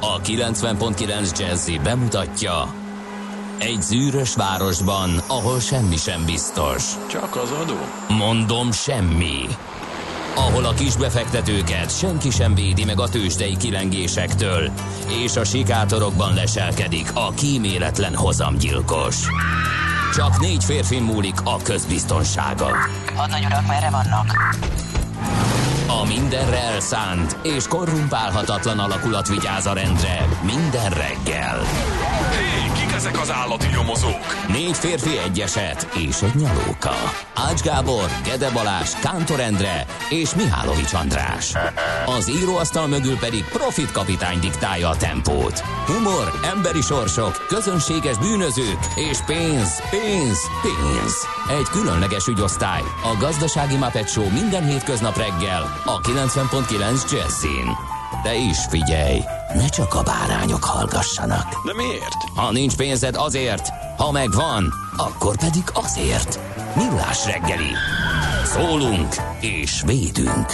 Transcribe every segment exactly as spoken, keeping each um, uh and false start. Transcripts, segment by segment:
A kilencven pont kilenc Jazzy bemutatja: egy zűrös városban, ahol semmi sem biztos. Csak az adó? Mondom, semmi. Ahol a kisbefektetőket senki sem védi meg a tőzsdei kilengésektől, és a sikátorokban leselkedik a kíméletlen hozamgyilkos. Csak négy férfin múlik a közbiztonsága. Hadnagy urak, merre vannak? A mindenre elszánt és korrumpálhatatlan alakulat vigyáz a rendre minden reggel. Hé, kik ezek az állati nyomozók? Négy férfi, egy eset és egy nyalóka. Ács Gábor, Gede Balázs, Kántor Endre és Mihálovics András. Az íróasztal mögül pedig Profit kapitány diktálja a tempót. Humor, emberi sorsok, közönséges bűnözők és pénz, pénz, pénz. Egy különleges ügyosztály, a Gazdasági Muppet Show minden hétköznap reggel a kilencven pont kilenc Jazzyn. De is figyelj, ne csak a bárányok hallgassanak. De miért? Ha nincs pénzed, azért, ha megvan, akkor pedig azért. Millás reggeli. Szólunk és védünk.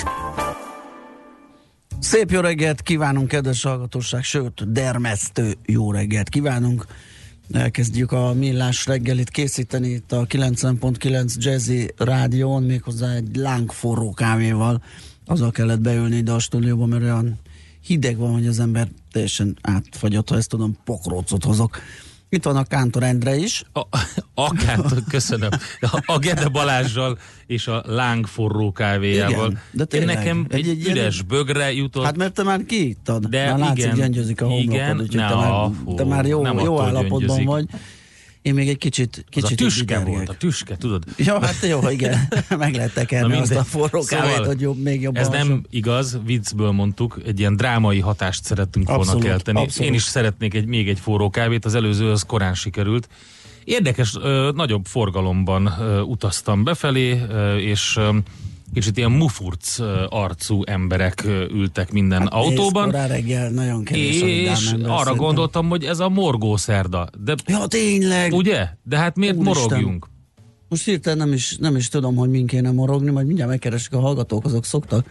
Szép jó reggelt kívánunk, kedves hallgatóság, sőt, dermesztő jó reggelt kívánunk. Elkezdjük a Millás reggelit készíteni itt a kilencven pont kilenc Jazzy rádión, méghozzá egy lángforró kávéval. Azzal kellett beülni ide a stúdióba, mert olyan hideg van, hogy az ember teljesen átfagyott, ha ezt tudom, pokrócot hozok. Itt van a Kántor Endre is. A, a Kántor, köszönöm. A, a Gede Balázsjal és a lángforró kávéjával. Igen, de Én tényleg, nekem egy, egy üres ilyen bögre jutott. Hát mert te már kiittad. De már látszik, igen, gyöngyözik a homlokod, úgyhogy te már, te már jó, jó állapotban gyöngyözik. Vagy. Én még egy kicsit kicsit az a tüske volt, a tüske, tudod? Ja, hát jó, igen. Meg lehet tekerni azt a forró kávét, szóval hogy jobb, még jobban. Ez nem hasonl. Igaz, viccből mondtuk, egy ilyen drámai hatást szerettünk abszolút, volna kelteni. Abszolút. Én is szeretnék egy, még egy forró kávét, az előző az korán sikerült. Érdekes, ö, nagyobb forgalomban ö, utaztam befelé, ö, és ö, kicsit ilyen mufurc arcú emberek ültek minden hát autóban. Nézd, reggel nagyon kevés, és arra szerintem. Gondoltam, hogy ez a morgószerda. De, ja, tényleg! Ugye? De hát miért Úristen. Morogjunk? Most hirtelen nem is, nem is tudom, hogy min kéne morogni, majd mindjárt megkeresik a hallgatók, azok szoktak.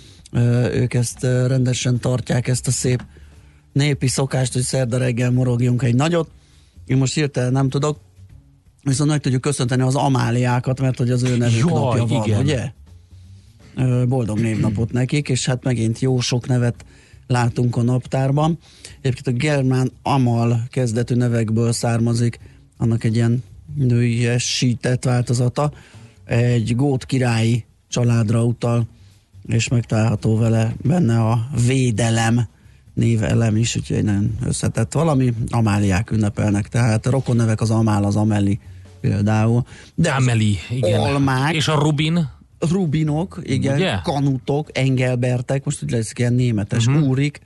Ők ezt rendesen tartják, ezt a szép népi szokást, hogy szerda reggel morogjunk egy nagyot. Én most hirtelen nem tudok. Viszont meg tudjuk köszönteni az Amáliákat, mert hogy az ő nevük Jaj, napja van, igen. Ugye? Boldog névnapot nekik, és hát megint jó sok nevet látunk a naptárban. Egyébként a germán Amal kezdetű nevekből származik, annak egy ilyen nőiesített változata. Egy gót királyi családra utal, és megtalálható vele benne a védelem névelem is, úgyhogy nagyon összetett valami. Amáliák ünnepelnek, tehát a rokonnevek az Amál, az Amelie például. De Amelie, igen. Olmák, és a Rubin? Rubinok, igen, ugye? Kanutok, Engelbertek, most úgy lesz ilyen németes, uh-huh. Úrik.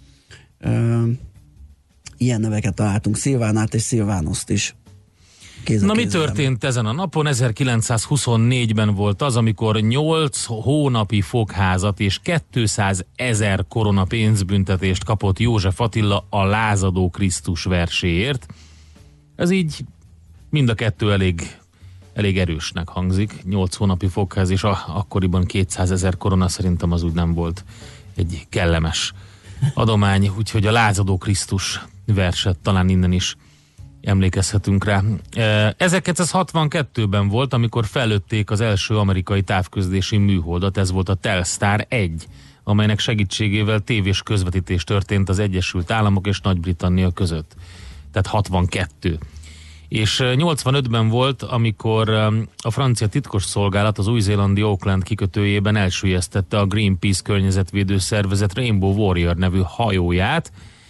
Uh, ilyen neveket találtunk, Szilvánát és Szilvánoszt is. Kéz Na mi történt ezen a napon? ezerkilencszázhuszonnégyben volt az, amikor nyolc hónapi fogházat és kétszázezer korona pénzbüntetést kapott József Attila a Lázadó Krisztus verséért. Ez így mind a kettő elég elég erősnek hangzik. nyolc hónapi fogház, és a, akkoriban kétszázezer korona szerintem az úgy nem volt egy kellemes adomány, úgyhogy a Lázadó Krisztus verset talán innen is emlékezhetünk rá. ezerkilencszázhatvankettőben volt, amikor fellőtték az első amerikai távközlési műholdat, ez volt a Telstar egy, amelynek segítségével tévés közvetítés történt az Egyesült Államok és Nagy-Britannia között. Tehát hatvankettő. És nyolcvanötben volt, amikor a francia titkosszolgálat az új-zélandi Auckland kikötőjében elsüllyesztette a Greenpeace környezetvédő szervezet Rainbow Warrior nevű hajóját.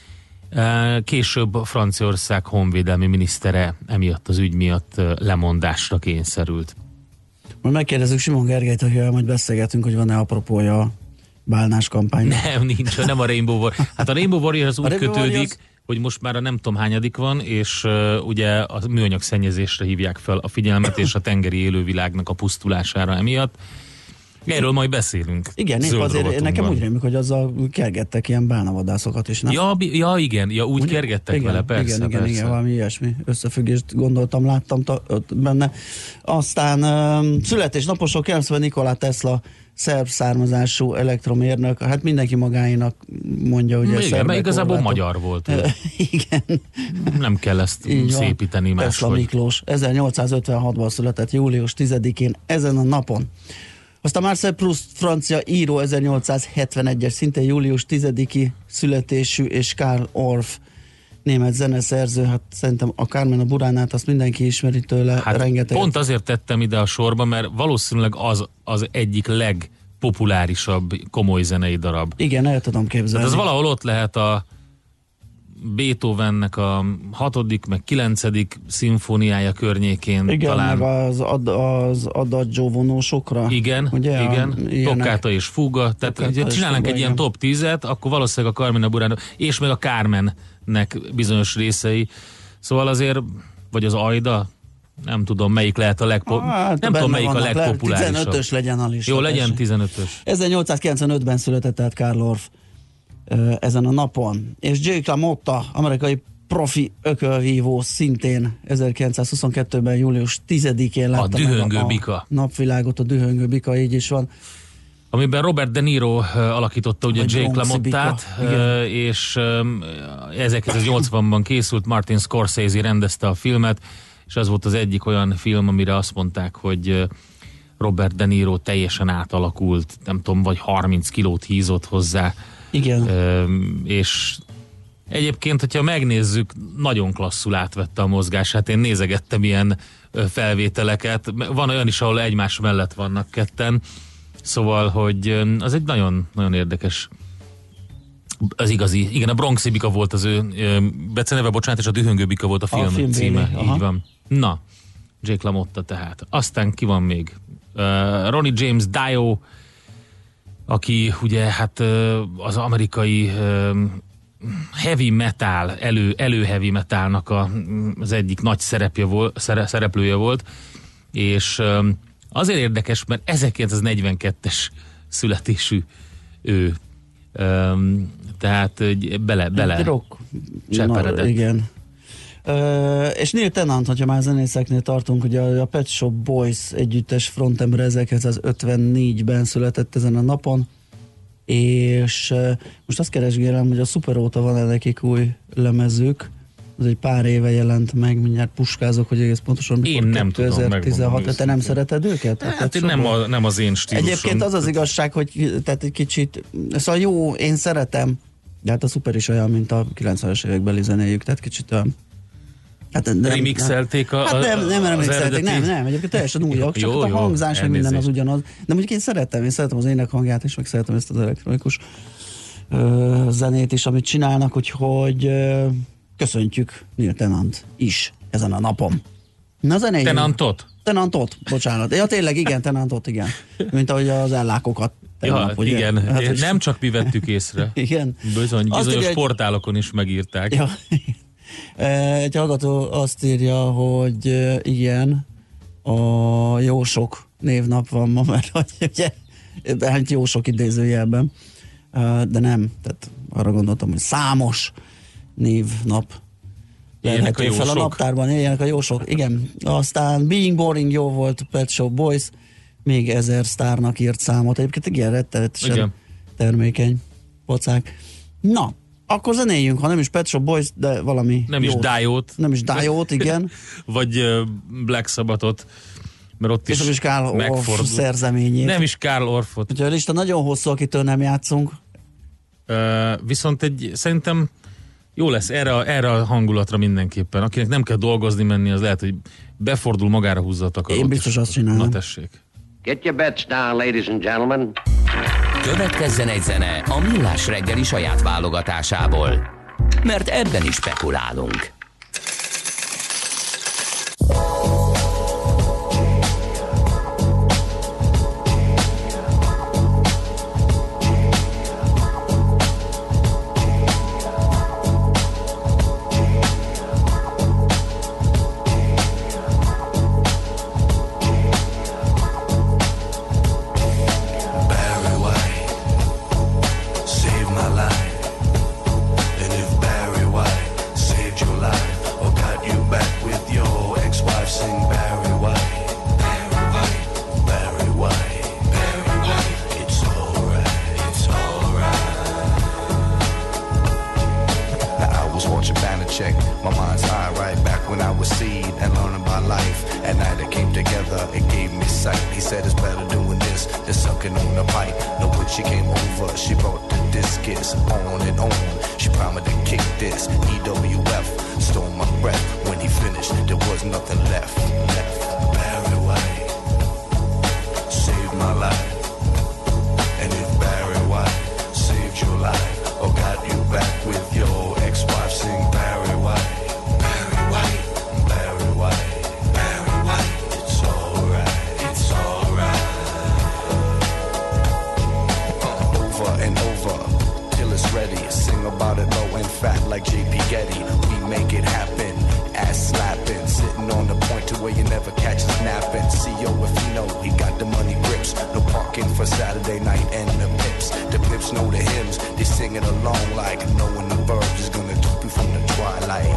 Később Franciaország honvédelmi minisztere emiatt az ügy miatt lemondásra kényszerült. Majd megkérdezzük Simon Gergelyt, hogy majd beszélgetünk, hogy van-e apropója a bálnás kampány. Nem, nincs, nem a Rainbow Warrior. Hát a Rainbow Warrior az úgy kötődik, Warriors... hogy most már a nem tudom hányadik van, és uh, ugye a műanyag szennyezésre hívják fel a figyelmet, és a tengeri élővilágnak a pusztulására emiatt. Erről majd beszélünk. Igen, épp azért nekem úgy rémlik, hogy azzal kergettek ilyen bálnavadászokat is, nem? Ja, ja igen, ja, úgy ugye? Kergettek igen, vele, persze. Igen, igen, persze. igen, valami ilyesmi összefüggést gondoltam, láttam ta, ott benne. Aztán um, születésnaposok, János Nikola Tesla, szerb származású elektromérnök, hát mindenki magáénak mondja, hogy ez igen, mert igazából magyar volt. Igen. Nem kell ezt így szépíteni máshogy. Tesla Miklós, ezernyolcszázötvenhatban született július tizedikén ezen a napon. Aztán Marcel Proust, francia író, ezernyolcszázhetvenegyes, szintén július tizediki születésű, és Karl Orff, német zeneszerző, hát szerintem a Carmen a Buránát azt mindenki ismeri tőle, hát rengeteg. Pont azért tettem ide a sorba, mert valószínűleg az az egyik legpopulárisabb komoly zenei darab. Igen, el tudom képzelni. Hát ez valahol ott lehet a Beethovennek a hatodik, meg kilencedik szimfóniája környékén. Igen, talán. meg az, ad, az adagio vonósokra. Igen, ugye, igen. Toccata és fuga. Tehát ha csinálnánk egy ilyen top tízet, akkor valószínűleg a Carmina Burana, és meg a Carmennek bizonyos részei. Szóval azért, vagy az Aida, nem tudom, melyik lehet a legpo- hát, nem tudom, melyik a legpopulárisabb. tizenötös legyen a lista. Jó, legyen tizenötös. ezernyolcszázkilencvenötben született tehát Karl Orff ezen a napon. És Jay LaMotta, amerikai profi ökölvívó, szintén ezerkilencszázhuszonkettőben július tizedikén látta a dühöngő meg a, bika. a napvilágot, a dühöngő bika, így is van. Amiben Robert De Niro uh, alakította ugye Jake LaMottát, uh, és um, ezerkilencszáznyolcvanban készült, Martin Scorsese rendezte a filmet, és ez volt az egyik olyan film, amire azt mondták, hogy uh, Robert De Niro teljesen átalakult, nem tudom, vagy harminc kilót hízott hozzá. Igen. Uh, és egyébként, hogyha megnézzük, nagyon klasszul átvette a mozgását. Én nézegettem ilyen uh, felvételeket. Van olyan is, ahol egymás mellett vannak ketten. Szóval, hogy az egy nagyon, nagyon érdekes, az igazi, igen, a Bronxi Bika volt az ő beceneve, bocsánat, és a Dühöngő Bika volt a film, a film címe, így van. Na, Jake LaMotta tehát. Aztán ki van még? Uh, Ronnie James Dio, aki ugye hát uh, az amerikai uh, heavy metal, elő, elő heavy metalnak a, az egyik nagy szerepje volt, szereplője volt, és um, azért érdekes, mert ezerkilencszáznegyvenkettes születésű ő. Um, tehát bele, bele rock cseperedett. Igen. Uh, és Neil Tennant, hogyha már zenészeknél tartunk, ugye a Pet Shop Boys együttes frontember ezerkilencszázötvennégyben született ezen a napon, és uh, most azt keresgélem, hogy a Super óta van-e nekik új lemezük, az egy pár éve jelent meg, mindjárt puskázok, hogy egész pontosan mikor. Én nem kétezer-tizenhat, te nem szereted őket? Hát, hát nem, a, nem az én stílusom. Egyébként az az igazság, hogy tehát egy kicsit, szóval jó, én szeretem, de hát a Super is olyan, mint a kilencvenes évekbeli zenéjük, tehát kicsit olyan. Hát nem, remixelték a, hát nem, nem remixelték, nem, nem, egyébként teljesen újak, csak jó, a hangzás, hogy minden az ugyanaz. De mondjuk én szeretem, én szeretem az ének hangját, és meg szeretem ezt az elektronikus ö, zenét is, amit csinálnak, úgyhogy ö, köszöntjük Neil Tennant is ezen a napon. Na zenéjünk. Tennantot? Tennantot, bocsánat. Ja, tényleg, igen, Tennantot, igen. Mint ahogy az ellákokat. Ja, ugye? igen. Hát, nem csak mi vettük észre. Igen. Bizony, bizonyos írja, portálokon is megírták. Ja. Egy hallgató azt írja, hogy igen, a jó sok névnap van ma, mert hogy ugye, hát jó sok idézőjelben, de nem, tehát arra gondoltam, hogy számos névnap lehető fel a naptárban, éljenek a jó sok, igen. Aztán Being Boring jó volt, Pet Shop Boys, még ezer sztárnak írt számot, egyébként igen, rettenetesen termékeny pocák. Na, akkor zenéljünk, ha nem is Pet Shop Boys, de valami nem jót. is Dio-t. Nem is Dio-t, igen. Vagy uh, Black Sabbathot, mert ott és is nem is Karl Orff szerzeményét. Nem is Karl Orffot. Úgyhogy a lista nagyon hosszú, akitől nem játszunk. Uh, viszont egy, szerintem jó lesz erre a, erre a hangulatra mindenképpen. Akinek nem kell dolgozni menni, az lehet, hogy befordul, magára húzza a takarót. Én biztos azt csinálom. Na tessék. Get your bets down, ladies and gentlemen. Következzen egy zene a Millás reggeli saját válogatásából, mert ebben is spekulálunk. check. My mind's high right back when I was seed and learning about life. At night it came together, it gave me sight. He said it's better doing this than sucking on the pipe. No, when she came over, she brought the discus on and on. She promised to kick this. E W F stole my breath. When he finished, there was nothing left. Left. Barry White saved my life. And if Barry White saved your life or got you back with your ex-wife, sing Barry White, Barry White, Barry White, Barry White. It's alright, it's alright. Uh, over and over till it's ready. Sing about it low and fat like J P Getty. We make it happen. Ass slapping, sitting on the point to where you never catch us napping. C O if you know he got the money grips. No parking for Saturday night and the pips. The pips know the hymns, they singing along like knowing the verbs is gonna keep you from the twilight.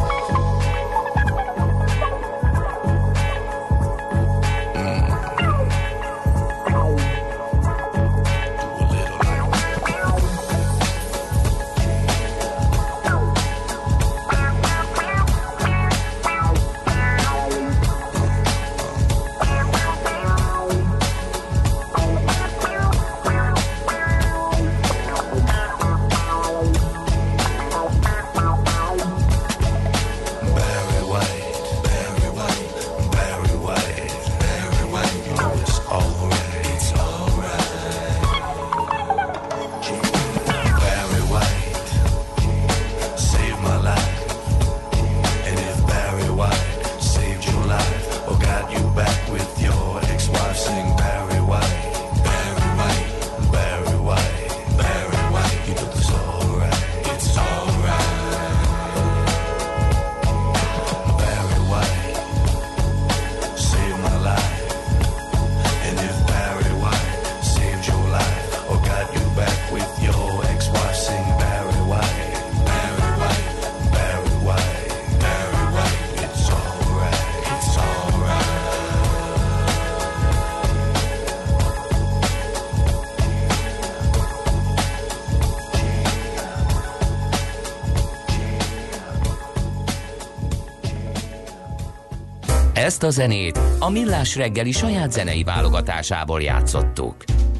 Ezt a zenét a Millás reggeli saját zenei válogatásából játszottuk.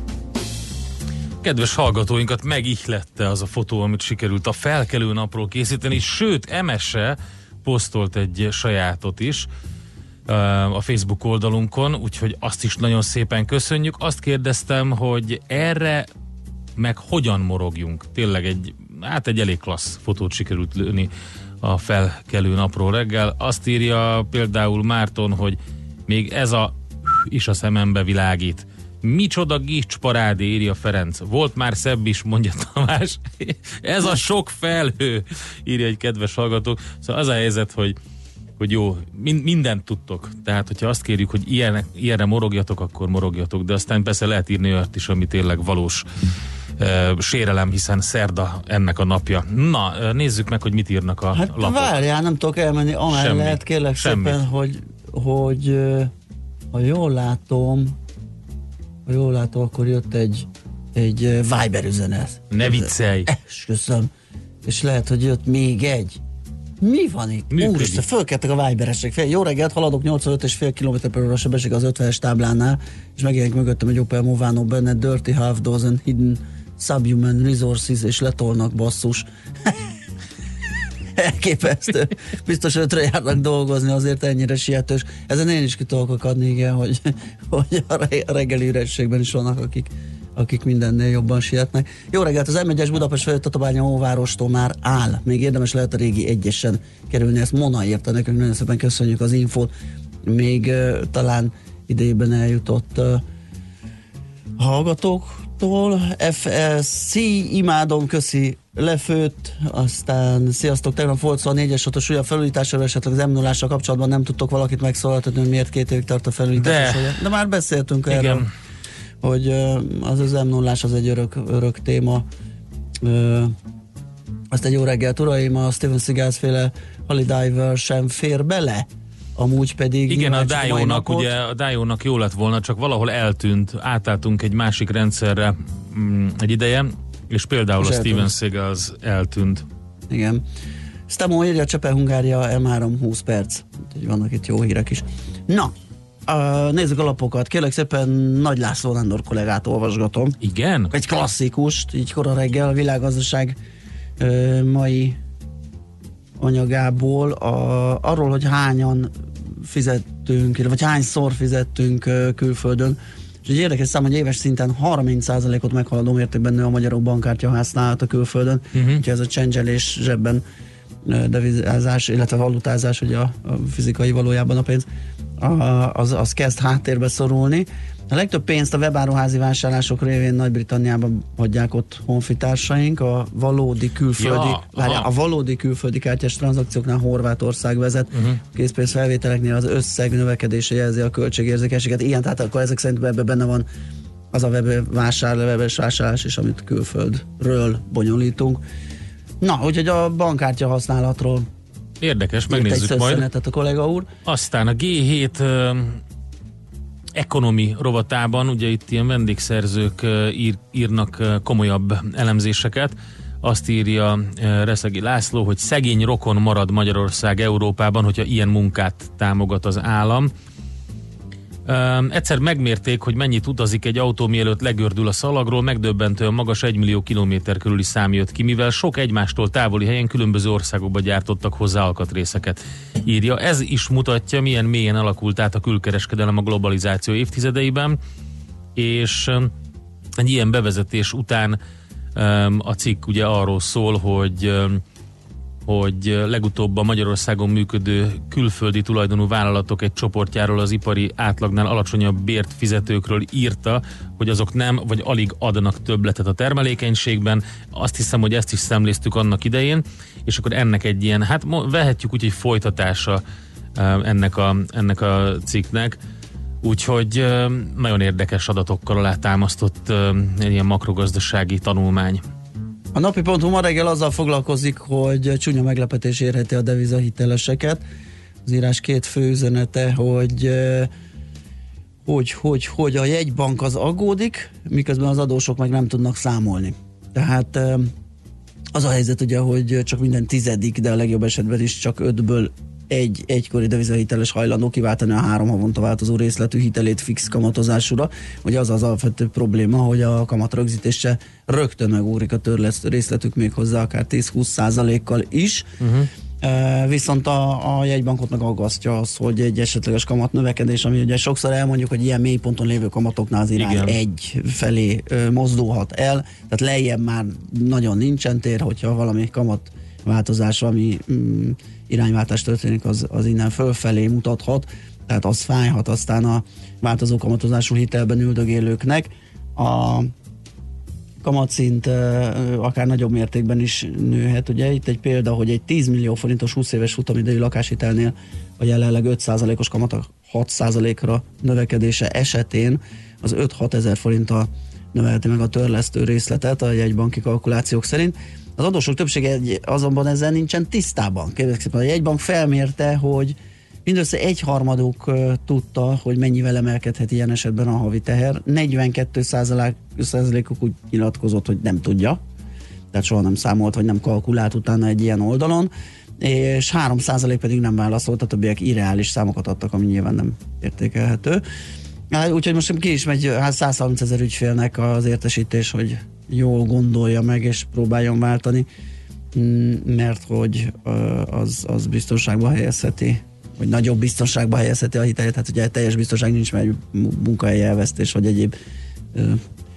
Kedves hallgatóinkat megihlette az a fotó, amit sikerült a felkelő napról készíteni, sőt, Emese posztolt egy sajátot is a Facebook oldalunkon, úgyhogy azt is nagyon szépen köszönjük. Azt kérdeztem, hogy erre meg hogyan morogjunk. Tényleg egy, hát egy elég klassz fotót sikerült lőni a felkelő napról reggel. Azt írja például Márton, hogy még ez a is a szemembe világít. Micsoda gics parádé, írja Ferenc. Volt már szebb is, mondja Tamás. Ez a sok felhő, írja egy kedves hallgató. Szóval az a helyzet, hogy, hogy jó, min- mindent tudtok. Tehát, hogyha azt kérjük, hogy ilyen, ilyenre morogjatok, akkor morogjatok. De aztán persze lehet írni olyat is, ami tényleg valós uh, sérelem, hiszen szerda ennek a napja. Na, uh, nézzük meg, hogy mit írnak a hát lapok. Várjál, nem tudok elmenni amellett, kérlek Semmit. szépen, hogy, hogy uh, ha jól látom, ha jól látom, akkor jött egy, egy uh, Viber üzenet. Ne viccelj! Esküszöm. És lehet, hogy jött még egy. Mi van itt? Úristen, fölkeltek a Viberesek. Fél, jó reggelt, haladok nyolcvanöt és fél kilométer per óra sebesség az ötvenes táblánál, és megjelenik mögöttem egy Opel Movano benne, Dirty Half Dozen Hidden Subhuman Resources, és letolnak, basszus. Elképesztő. Biztos ötre járnak dolgozni, azért ennyire sietős. Ezen én is ki tudok akadni, igen, hogy, hogy a reggeli ürességben is vannak, akik akik mindennél jobban sietnek. Jó reggelt, az em egyes Budapest felé Tatabánya óvárostól már áll. Még érdemes lehet a régi egyesen kerülni, ezt Mona írta nekünk, nagyon szépen köszönjük az infót. Még uh, talán idejében eljutott uh, hallgatóktól. ef el cé, imádom, köszi, lefőtt, aztán sziasztok, tegnap volt szó a négyes hatos újabb felújításáról, esetleg az em nullással kapcsolatban nem tudtok valakit megszólaltatni, hogy miért két évig tart a felújítás. De, de már beszéltünk igen. erről, hogy az az em nullás az egy örök, örök téma. Azt egy jó reggelt, uraim, a Steven Seagal féle Holidiver sem fér bele, amúgy pedig... Igen, a Daewoo-nak, ugye a Daewoo-nak jó lett volna, csak valahol eltűnt, átálltunk egy másik rendszerre mm, egy ideje, és például és a Steven Seagal eltűnt. Igen. Stemo írja, Csepe-Hungária, em három húsz perc. Úgyhogy vannak itt jó hírek is. Na, uh, nézzük a lapokat. Kérlek szépen Nagy László Nándor kollégát olvasgatom. Igen? Egy klasszikust, így kora reggel, a világgazdaság uh, mai anyagából a, arról, hogy hányan fizettünk, vagy hányszor fizettünk uh, külföldön. És egy érdekes szám, hogy éves szinten harminc százalékot meghaladó mértékben nő a magyarok bankkártya használata külföldön, uh-huh. úgyhogy ez a csengselés zsebben devizázás, illetve valutázás, ugye a, a fizikai valójában a pénz, a, az, az kezd háttérbe szorulni. A legtöbb pénzt a webáruházi vásárlások révén Nagy-Britanniában hagyják ott honfitársaink, a valódi külföldi, ja, várjá, a valódi külföldi kártyás tranzakcióknál Horvátország vezet, uh-huh. készpénz felvételeknél az összeg növekedése jelzi a költségérzékenységet. Ilyen, tehát akkor ezek szerint ebben benne van az a web vásárlás, webes vásárlás is, amit külföldről bonyolítunk. Na, úgyhogy a bankkártya használatról érdekes, megnézzük majd. A kollega úr. Aztán a gé hét uh, Economy rovatában, ugye itt ilyen vendégszerzők uh, ír, írnak uh, komolyabb elemzéseket. Azt írja uh, Reszegi László, hogy szegény rokon marad Magyarország Európában, hogyha ilyen munkát támogat az állam. Um, egyszer megmérték, hogy mennyit utazik egy autó, mielőtt legördül a szalagról, megdöbbentően magas egymillió kilométer körüli szám jött ki, mivel sok egymástól távoli helyen különböző országokba gyártottak hozzá alkatrészeket. Írja, ez is mutatja, milyen mélyen alakult át a külkereskedelem a globalizáció évtizedeiben, és um, egy ilyen bevezetés után um, a cikk ugye arról szól, hogy um, hogy legutóbb a Magyarországon működő külföldi tulajdonú vállalatok egy csoportjáról, az ipari átlagnál alacsonyabb bért fizetőkről írta, hogy azok nem, vagy alig adnak többletet a termelékenységben. Azt hiszem, hogy ezt is szemléztük annak idején, és akkor ennek egy ilyen, hát vehetjük úgy, hogy folytatása ennek a, ennek a cikknek. Úgyhogy nagyon érdekes adatokkal alátámasztott egy ilyen makrogazdasági tanulmány. A napi pont hu ma reggel azzal foglalkozik, hogy csúnya meglepetés érheti a devizahiteleseket. Az írás két fő üzenete, hogy, hogy, hogy, hogy a jegybank az aggódik, miközben az adósok meg nem tudnak számolni. Tehát az a helyzet ugye, hogy csak minden tizedik, de a legjobb esetben is csak ötből egy egykori devizahiteles hajlandó kiváltani a három havonta változó részletű hitelét fix kamatozásúra. Ugye az az alapvető probléma, hogy a kamat rögzítése rögtön megúrik a törlesztő részletük, még hozzá akár tíz-húsz százalékkal is. Uh-huh. Uh, viszont a, a jegybankot meg aggasztja az, hogy egy esetleges kamat növekedés, ami ugye sokszor elmondjuk, hogy ilyen mélyponton lévő kamatoknál az irány igen. egy felé uh, mozdulhat el, tehát lejjebb már nagyon nincsen tér, hogyha valami kamat változás, ami um, irányváltás történik, az, az innen fölfelé mutathat, tehát az fájhat aztán a változó kamatozású hitelben üldögélőknek. A kamatszint akár nagyobb mértékben is nőhet. Ugye itt egy példa, hogy egy tíz millió forintos húsz éves futamidejű lakáshitelnél a jelenleg öt százalékos kamat a hat százalékra növekedése esetén az öt-hat ezer forinttal növelheti meg a törlesztő részletet a jegybanki kalkulációk szerint. Az adósok többsége azonban ezzel nincsen tisztában. Kérdezik szépen, a jegybank felmérte, hogy mindössze egyharmaduk uh, tudta, hogy mennyivel emelkedhet ilyen esetben a havi teher. negyvenkét százalékuk úgy nyilatkozott, hogy nem tudja. Tehát soha nem számolt, vagy nem kalkulált utána egy ilyen oldalon. És három százalék pedig nem válaszolt, a többiek irreális számokat adtak, ami nyilván nem értékelhető. Úgyhogy most ki is megy hát száz harminc ezer ügyfélnek az értesítés, hogy jól gondolja meg és próbáljon váltani, mert hogy az, az biztonságba helyezheti, vagy nagyobb biztonságba helyezheti a hitelet, hát ugye teljes biztonság nincs, mert munkahelyi elvesztés, vagy egyéb ö,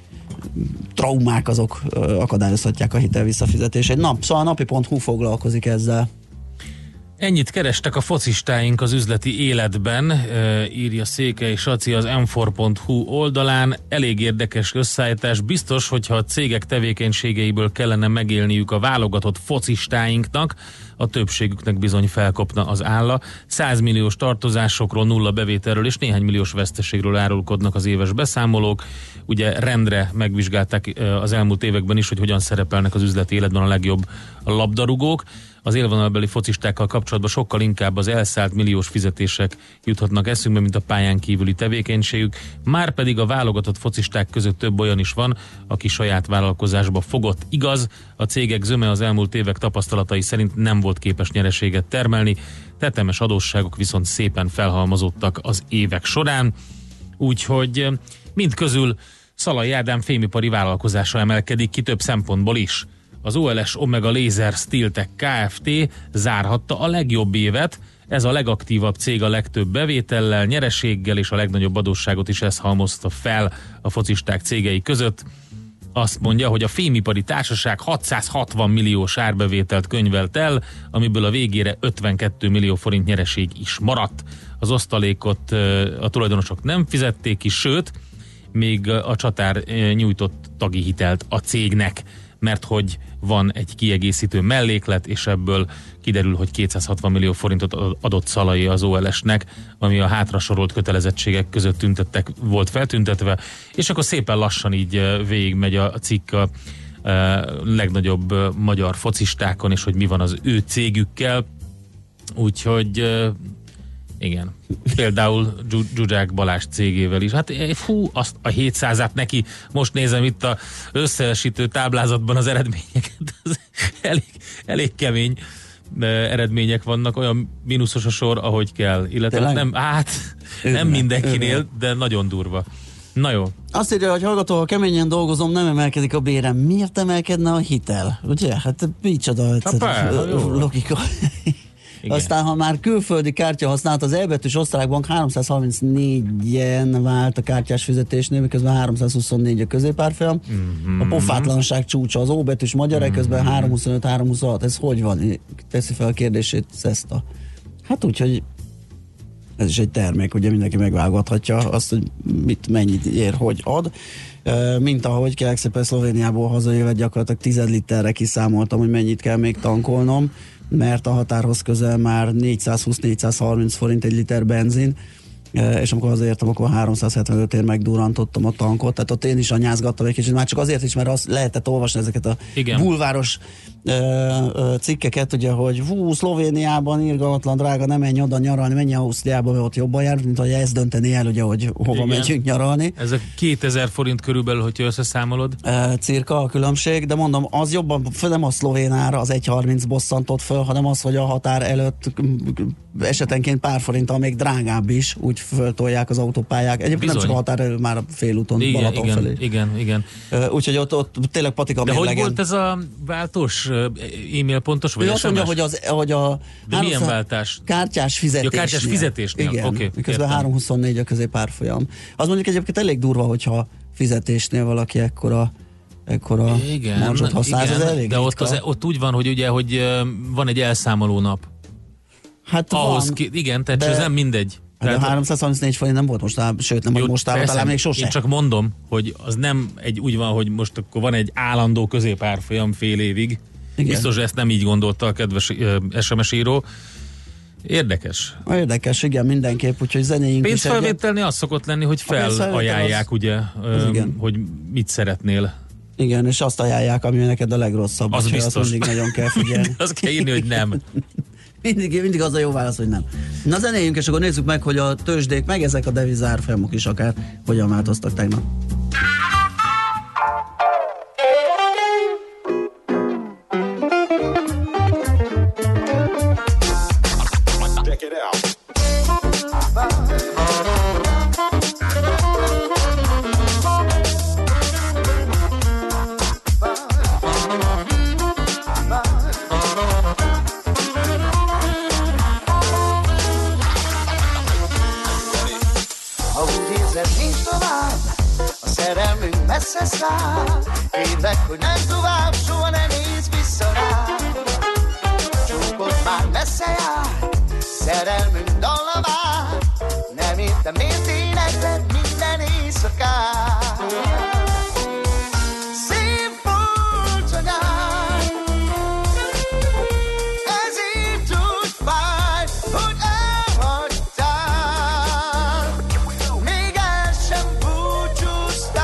traumák azok ö, akadályozhatják a hitel visszafizetését. Na, szóval a napi pont hu foglalkozik ezzel. Ennyit kerestek a focistáink az üzleti életben, írja Székely Saci az em négy pont hu oldalán. Elég érdekes összeállítás. Biztos, hogyha a cégek tevékenységeiből kellene megélniük a válogatott focistáinknak, a többségüknek bizony felkopna az álla. száz milliós tartozásokról, nulla bevételről és néhány milliós veszteségről árulkodnak az éves beszámolók. Ugye rendre megvizsgálták az elmúlt években is, hogy hogyan szerepelnek az üzleti életben a legjobb labdarúgók. Az élvonalbeli focistákkal kapcsolatban sokkal inkább az elszállt milliós fizetések juthatnak eszünkbe, mint a pályán kívüli tevékenységük. Márpedig a válogatott focisták között több olyan is van, aki saját vállalkozásba fogott. Igaz, a cégek zöme az elmúlt évek tapasztalatai szerint nem volt volt képes nyereséget termelni, tetemes adósságok viszont szépen felhalmozottak az évek során, úgyhogy mind közül Szalai Ádám fémipari vállalkozása emelkedik ki több szempontból is. Az o el es Omega Laser Steel Tech Kft. Zárhatta a legjobb évet, ez a legaktívabb cég a legtöbb bevétellel, nyereséggel, és a legnagyobb adósságot is ez halmozta fel a focisták cégei között. Azt mondja, hogy a fémipari társaság hatszázhatvan milliós árbevételt könyvelt el, amiből a végére ötvenkettő millió forint nyereség is maradt. Az osztalékot a tulajdonosok nem fizették ki, sőt, még a csatár nyújtott tagi hitelt a cégnek, mert hogy van egy kiegészítő melléklet, és ebből kiderül, hogy kétszázhatvan millió forintot adott Szalai az o el es-nek, ami a hátrasorolt kötelezettségek között tüntettek, volt feltüntetve, és akkor szépen lassan így végigmegy a cikk a legnagyobb magyar focistákon, és hogy mi van az ő cégükkel. Úgyhogy igen, például Zsuzsák Balázs cégével is. Hát fú, azt a hétszázat neki, most nézem itt a összeesítő táblázatban az eredményeket, az elég, elég kemény eredmények vannak, olyan mínuszos a sor, ahogy kell. Illetve Tényleg? nem, hát nem mindenkinél, de nagyon durva. Na jó. Azt írja, hogy hallgató, ha keményen dolgozom, nem emelkedik a bérem. Miért emelkedne a hitel? Ugye? Hát micsoda logika. Igen. Aztán, ha már külföldi kártya használt, az elbetűs osztrák bank háromszázharmincnégyen vált a kártyás fizetésnél, miközben háromszázhuszonnégy a középárfolyam. Mm-hmm. A pofátlanság csúcsa az O betűs magyar, mm-hmm. közben háromszázhuszonöt háromszázhuszonhat. Ez hogy van? Teszi fel a kérdését Szeszta. Hát úgy, hogy ez is egy termék, ugye mindenki megválogathatja azt, hogy mit, mennyit ér, hogy ad. Mint ahogy kérlek szépen Szlovéniából hazajövet, gyakorlatilag tíz literre kiszámoltam, hogy mennyit kell még tankolnom, mert a határhoz közel már négyszázhúsz-négyszázharminc forint egy liter benzin, és amikor hazaértem, akkor háromszázhetvenötért megdurrantottam a tankot, tehát ott én is anyázgattam egy kicsit, már csak azért is, mert azt lehetett olvasni ezeket a Igen. bulváros ö, ö, cikkeket, ugye, hogy hú, Szlovéniában irgalmatlan drága, nem menj oda nyaralni, menj Ausztriába, mert ott jobban jár, mint hogy ezt dönteni el, ugye, hogy hova Igen. megyünk nyaralni. Ez a kétezer forint körülbelül, hogyha összeszámolod? E, cirka a különbség, de mondom, az jobban, nem a szlovén ára, az egy harminc bosszantott föl, hanem az, hogy a határ előtt esetenként pár forinttal még drágább is, úgy föltolják az autópályák. Egyébként Bizony. nem csak a határ elő, már félúton, igen, Balaton igen, felé. Igen, igen. Uh, úgyhogy ott, ott tényleg patika mérlegen. De hogy volt ez a váltós e-mail pontos? Vagy ő azt mondja, hogy, az, hogy a De milyen váltás? Kártyás fizetésnél. Ja, kártyás fizetésnél. Igen, okay, miközben három huszonnégy a középárfolyam. Az mondjuk egyébként elég durva, hogyha fizetésnél valaki ekkora ekkora marzsot használ. Igen, ez elég de ott, az, ott úgy van, hogy ugye, hogy van egy elszámoló nap. Hát ahhoz van, ki, igen, tehát ez nem mindegy. De a háromszázharmincnégy forint nem volt mostában, sőt nem volt mostában, talán még sose. Én csak mondom, hogy az nem egy úgy van, hogy most akkor van egy állandó középárfolyam fél évig. Igen. Biztos, hogy ezt nem így gondolta a kedves uh, es em es író. Érdekes. Érdekes, igen, mindenképp, úgyhogy zenéjünk is. Pénzfelvételni az szokott lenni, hogy felajánlják, az, ugye, uh, hogy mit szeretnél. Igen, és azt ajánlják, ami neked a legrosszabb. Az biztos. Azt mindig nagyon kell figyelni. Azt kell írni, hogy nem. Mindig, mindig az a jó válasz, hogy nem. Na zenéljünk, és akkor nézzük meg, hogy a tőzsdék, meg ezek a devizárfolyamok is akár hogyan változtak tegnap. Check it out. Messze száll, kérlek, hogy nem tovább, soha ne nézz vissza rá. Csókod már messze jár, szerelmünk dalla vár, nem értem, miért énekled minden éjszakát. Szép volt a nyár, ezért úgy fáj, hogy elhagytál, még el sem búcsúztál.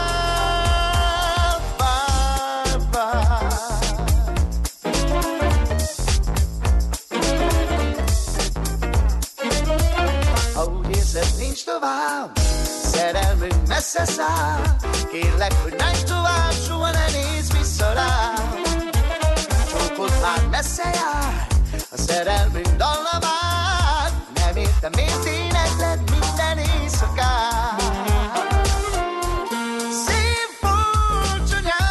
Tovább, szerelmünk messze száll, kérlek, hogy menj tovább, soha ne nézz vissza rám. Csókod már messze jár, szerelmünk dallamát, nem értem, miért énekled minden éjszakát. Szép volt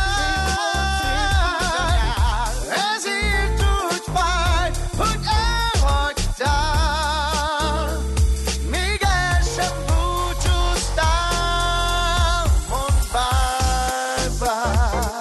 csonyál, ezért úgy fáj, hogy elhagytál. Még el sem búcsúztál, mondd bye-bye.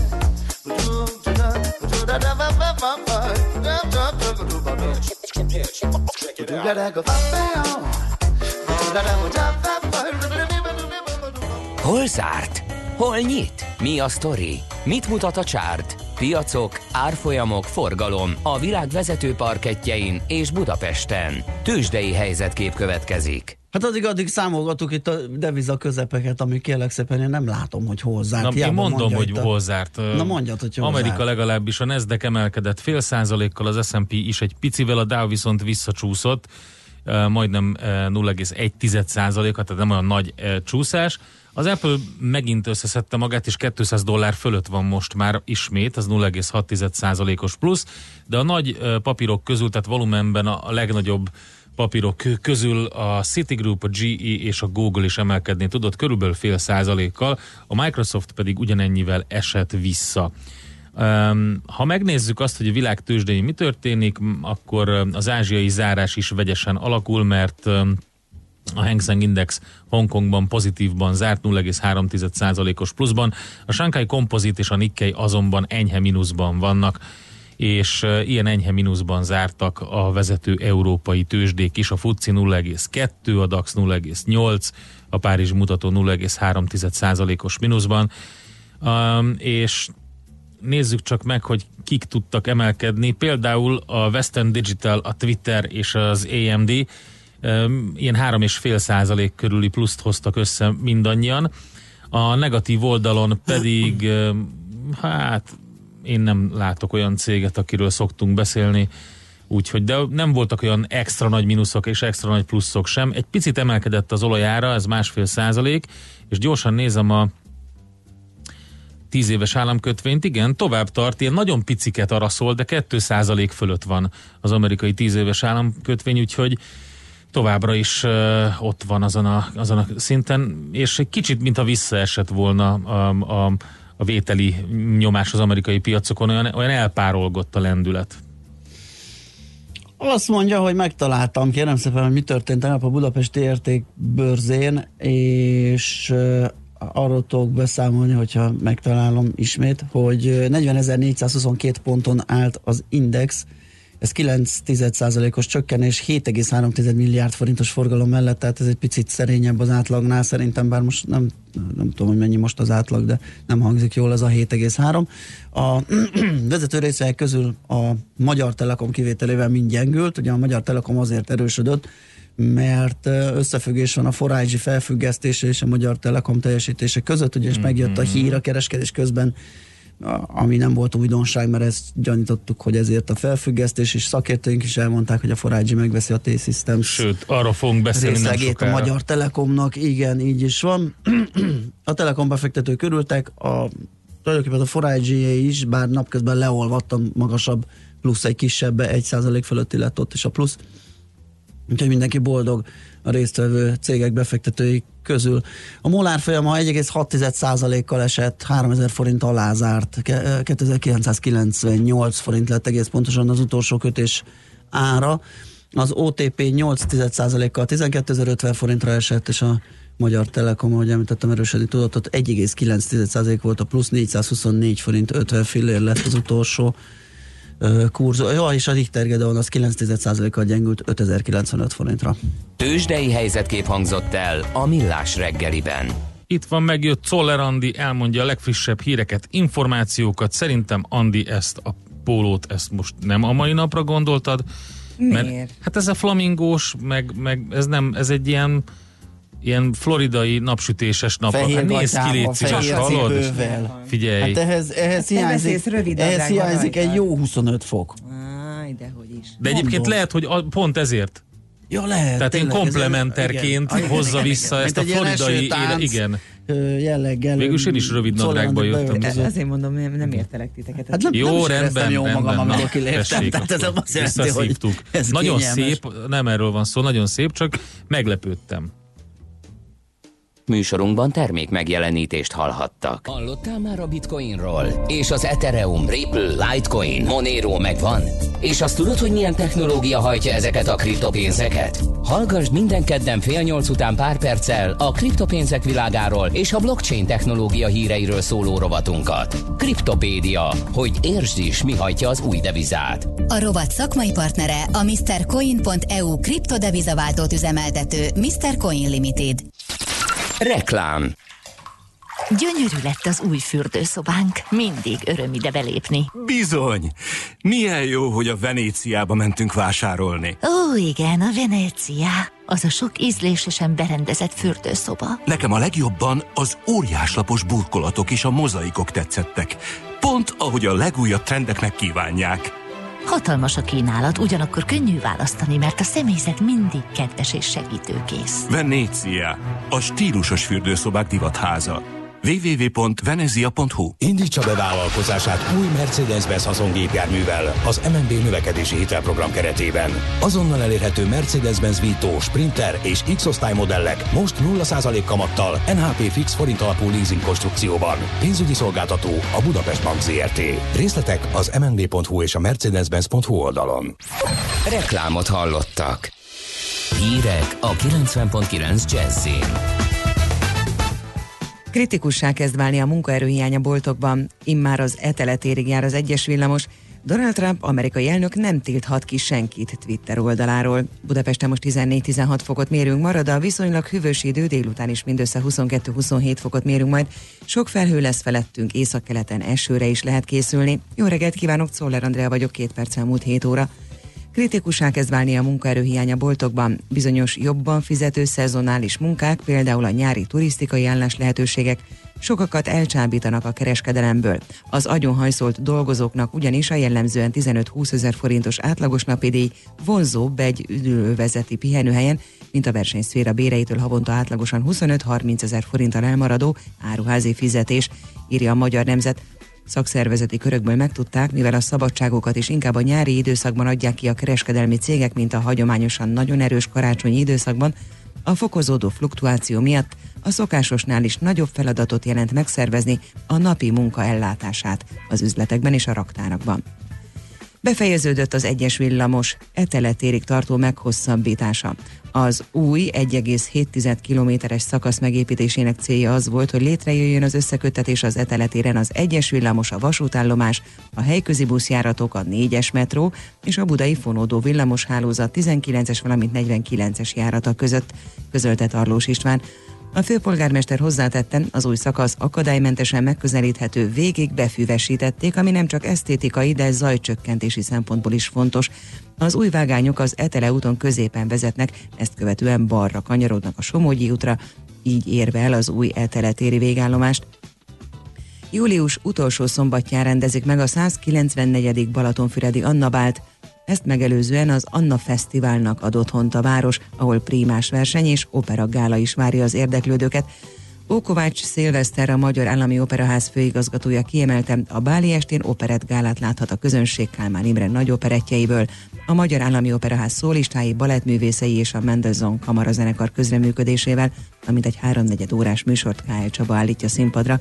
Hol zárt? Hol nyit? Mi a sztori? Mit mutat a csárt? Piacok, árfolyamok, forgalom a világ vezető parkettjein és Budapesten. Tőzsdei helyzetkép következik. Hát addig-addig számolgatuk itt a deviza közepeket, ami kérlek szépen én nem látom, hogy hol zárt. Na, én mondom, hogy a... hol zárt. Na mondjad, hogy hol Amerika zárt. legalábbis a Nasdaq emelkedett fél százalékkal, az es and pé is egy picivel, a Dow viszont visszacsúszott, majdnem nulla egész egy százaléka, tehát nem olyan nagy csúszás. Az Apple megint összeszedte magát, és kétszáz dollár fölött van most már ismét, az nulla egész hat százalékos plusz, de a nagy papírok közül, tehát volumenben a legnagyobb papírok közül a Citigroup, a gé é és a Google is emelkedni tudott, körülbelül fél százalékkal, a Microsoft pedig ugyanennyivel esett vissza. Ha megnézzük azt, hogy a világ tőzsdein mi történik, akkor az ázsiai zárás is vegyesen alakul, mert a Hang Seng Index Hongkongban pozitívban zárt nulla egész három százalékos pluszban, a Shanghai Composite és a Nikkei azonban enyhe mínuszban vannak, és ilyen enyhe mínuszban zártak a vezető európai tőzsdék is, a FTSE nulla egész kettő, a DAX nulla egész nyolc, a Párizsi mutató nulla egész három százalékos mínuszban, um, és nézzük csak meg, hogy kik tudtak emelkedni, például a Western Digital, a Twitter és az á em dé um, ilyen három egész öt százalék körüli pluszt hoztak össze mindannyian, a negatív oldalon pedig um, hát én nem látok olyan céget, akiről szoktunk beszélni, úgyhogy, de nem voltak olyan extra nagy mínuszok és extra nagy pluszok sem. Egy picit emelkedett az olajára, ez másfél százalék, és gyorsan nézem a tíz éves államkötvényt, igen, tovább tart, ilyen nagyon piciket araszol, de két százalék fölött van az amerikai tíz éves államkötvény, úgyhogy továbbra is uh, ott van azon a, azon a szinten, és egy kicsit, mintha visszaesett volna a, a a vételi nyomás az amerikai piacokon, olyan, olyan elpárolgott a lendület. Azt mondja, hogy megtaláltam, kérem szépen, hogy mi történt tegnap a budapesti értékbörzén, és uh, arról tudok beszámolni, hogyha megtalálom ismét, hogy negyvenezer-négyszázhuszonkettő ponton állt az index, ez kilenc százalékos csökkenés, hét egész három milliárd forintos forgalom mellett, tehát ez egy picit szerényebb az átlagnál szerintem, bár most nem, nem tudom, hogy mennyi most az átlag, de nem hangzik jól ez a hét egész három. A vezető részvények közül a Magyar Telekom kivételével mind gyengült, ugye a Magyar Telekom azért erősödött, mert összefüggés van a four I G felfüggesztése és a Magyar Telekom teljesítése között, ugye, és megjött a hír a kereskedés közben, ami nem volt újdonság, mert ezt gyanítottuk, hogy ezért a felfüggesztés, és szakértőink is elmondták, hogy a four I G megveszi a T-Systems. Sőt, arra fogunk beszélni nem sokára. A Magyar Telekomnak, igen, így is van. A Telekom befektetők örültek, a, tulajdonképpen a four I G is, bár napközben leolvadt a magasabb plusz egy kisebb, egy százalék fölötti lett ott is a plusz. Úgyhogy mindenki boldog a résztvevő cégek befektetői közül. A MOL árfolyama egy egész hat százalékkal esett, háromezer forint alá zárt, kétezer-kilencszázkilencvennyolc forint lett egész pontosan az utolsó kötés ára. Az o té pé nyolc százalékkal tizenkétezer-ötven forintra esett, és a Magyar Telekom, ahogy említettem, erősödni tudott, ott egy egész kilenc százalék volt a plusz, négyszázhuszonnégy forint ötven fillér lett az utolsó kurzó. Jó, és a Richter Gedeon az kilenc százalékkal gyengült ötezer-kilencvenöt forintra. Tőzsdei helyzetkép hangzott el a Millás reggeliben. Itt van, megjött Czoller Andi, elmondja a legfrissebb híreket, információkat. Szerintem, Andi, ezt a pólót, ezt most nem a mai napra gondoltad? Miért? Mert, hát ez a flamingós, meg, meg ez nem, ez egy ilyen ilyen floridai napsütéses nap. Fehér hát nézd ki, légy szíves, hallod? Figyelj. Hát ehhez, ehhez hiányzik, ehhez hiányzik egy jó huszonöt fok. Áj, dehogy is. De egyébként Mondom. lehet, hogy a, pont ezért. Ja, lehet. Tehát tényleg, én komplementerként igen, hozza igen, vissza igen, ezt a floridai éle, igen. jelleggel. Végülis én is rövid nadrágban jöttem. E, azért mondom, nem, nem értelek titeket. Hát nem, jó, nem is rendben, jó rendben, magam, amikor na, kiléptem. tessék, Tehát ez azt jelenti, hogy ez nagyon kényelmes. szép, nem erről van szó, nagyon szép, csak meglepődtem. Műsorunkban termék megjelenítést hallhattak. Hallottál már a Bitcoinról? És az Ethereum, Ripple, Litecoin, Monero megvan? És azt tudod, hogy milyen technológia hajtja ezeket a kriptopénzeket? Hallgassd minden kedden fél nyolc után pár perccel a kriptopénzek világáról és a blockchain technológia híreiről szóló rovatunkat. Kriptopédia, hogy értsd is, mi hajtja az új devizát. A rovat szakmai partnere a mister Coin pont e u kriptodevizaváltót üzemeltető mister Coin Limited. Reklám. Gyönyörű lett az új fürdőszobánk. Mindig öröm ide belépni. Bizony! Milyen jó, hogy a Venéciába mentünk vásárolni. Ó, igen, a Venécia. Az a sok ízlésesen berendezett fürdőszoba. Nekem a legjobban az óriáslapos burkolatok és a mozaikok tetszettek. Pont ahogy a legújabb trendeknek kívánják. Hatalmas a kínálat, ugyanakkor könnyű választani, mert a személyzet mindig kedves és segítőkész. Venécia, a stílusos fürdőszobák divatháza. double-u double-u double-u pont venezia pont hu. Indítsa be vállalkozását új Mercedes-Benz haszongépjárművel az em en bé növekedési hitelprogram keretében. Azonnal elérhető Mercedes-Benz Vito, Sprinter és X-osztály modellek most nulla százalék kamattal en há pé fix forint alapú leasing konstrukcióban. Pénzügyi szolgáltató a Budapest Bank zé er té. Részletek az em en bé pont hu és a mercedes-benz pont hu oldalon. Reklámot hallottak. Hírek a kilencven pont kilenc Jazzin. Kritikussá kezd válni a munkaerőhiány a boltokban. Immár az Etele térig jár az egyes villamos. Donald Trump, amerikai elnök nem tilthat ki senkit Twitter oldaláról. Budapesten most tizennégy-tizenhat fokot mérünk, marad a viszonylag hűvös idő, délután is mindössze huszonkettő-huszonhét fokot mérünk majd. Sok felhő lesz felettünk, északkeleten esőre is lehet készülni. Jó reggelt kívánok, Czoller Andrea vagyok, két perccel múlt hét óra. Kritikussá kezd válni a munkaerőhiány a boltokban. Bizonyos jobban fizető szezonális munkák, például a nyári turisztikai állás lehetőségek sokakat elcsábítanak a kereskedelemből. Az agyonhajszolt dolgozóknak ugyanis a jellemzően tizenöt-húsz ezer forintos átlagos napi díj vonzóbb egy ülővezeti pihenőhelyen, mint a versenyszféra béreitől havonta átlagosan huszonöt-harminc ezer forinttal elmaradó áruházi fizetés, írja a Magyar Nemzet. Szakszervezeti körökből megtudták, mivel a szabadságokat is inkább a nyári időszakban adják ki a kereskedelmi cégek, mint a hagyományosan nagyon erős karácsonyi időszakban, a fokozódó fluktuáció miatt a szokásosnál is nagyobb feladatot jelent megszervezni a napi munka ellátását az üzletekben és a raktárakban. Befejeződött az egyes villamos Etele térig tartó meghosszabbítása. Az új egy egész hét kilométeres szakasz megépítésének célja az volt, hogy létrejöjjön az összeköttetés az Etele téren az egyes villamos, a vasútállomás, a helyközi buszjáratok, a négyes metró és a budai fonódó villamos hálózat tizenkilences, valamint negyvenkilences járata között, közölte Tarlós István. A főpolgármester hozzátette, az új szakasz akadálymentesen megközelíthető, végig befüvesítették, ami nem csak esztétikai, de zajcsökkentési szempontból is fontos. Az új vágányok az Etele úton középen vezetnek, ezt követően balra kanyarodnak a Somogyi útra, így érve el az új Etele téri végállomást. Július utolsó szombatján rendezik meg a százkilencvennegyedik Balatonfüredi Anna Bált. Ezt megelőzően az Anna Fesztiválnak ad otthont a város, ahol prímás verseny és operagála is várja az érdeklődőket. Ókovács Szilveszter, a Magyar Állami Operaház főigazgatója kiemelte, a báli estén operettgálát láthat a közönség Kálmán Imre nagy operettjeiből. A Magyar Állami Operaház szólistái, balettművészei és a Mendelssohn kamarazenekar közreműködésével, amint egy háromnegyed órás műsort K L Csaba állítja színpadra.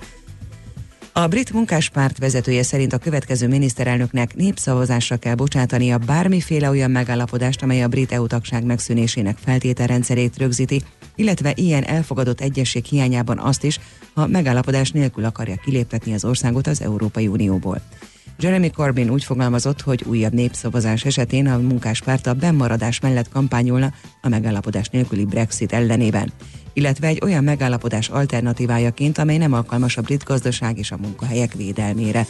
A brit munkáspárt vezetője szerint a következő miniszterelnöknek népszavazásra kell bocsátania bármiféle olyan megállapodást, amely a brit é u tagság megszűnésének feltételrendszerét rögzíti, illetve ilyen elfogadott egyesség hiányában azt is, ha megállapodás nélkül akarja kiléptetni az országot az Európai Unióból. Jeremy Corbyn úgy fogalmazott, hogy újabb népszavazás esetén a munkáspárt a bennmaradás mellett kampányolna a megállapodás nélküli Brexit ellenében, illetve egy olyan megállapodás alternatívájaként, amely nem alkalmas a brit gazdaság és a munkahelyek védelmére.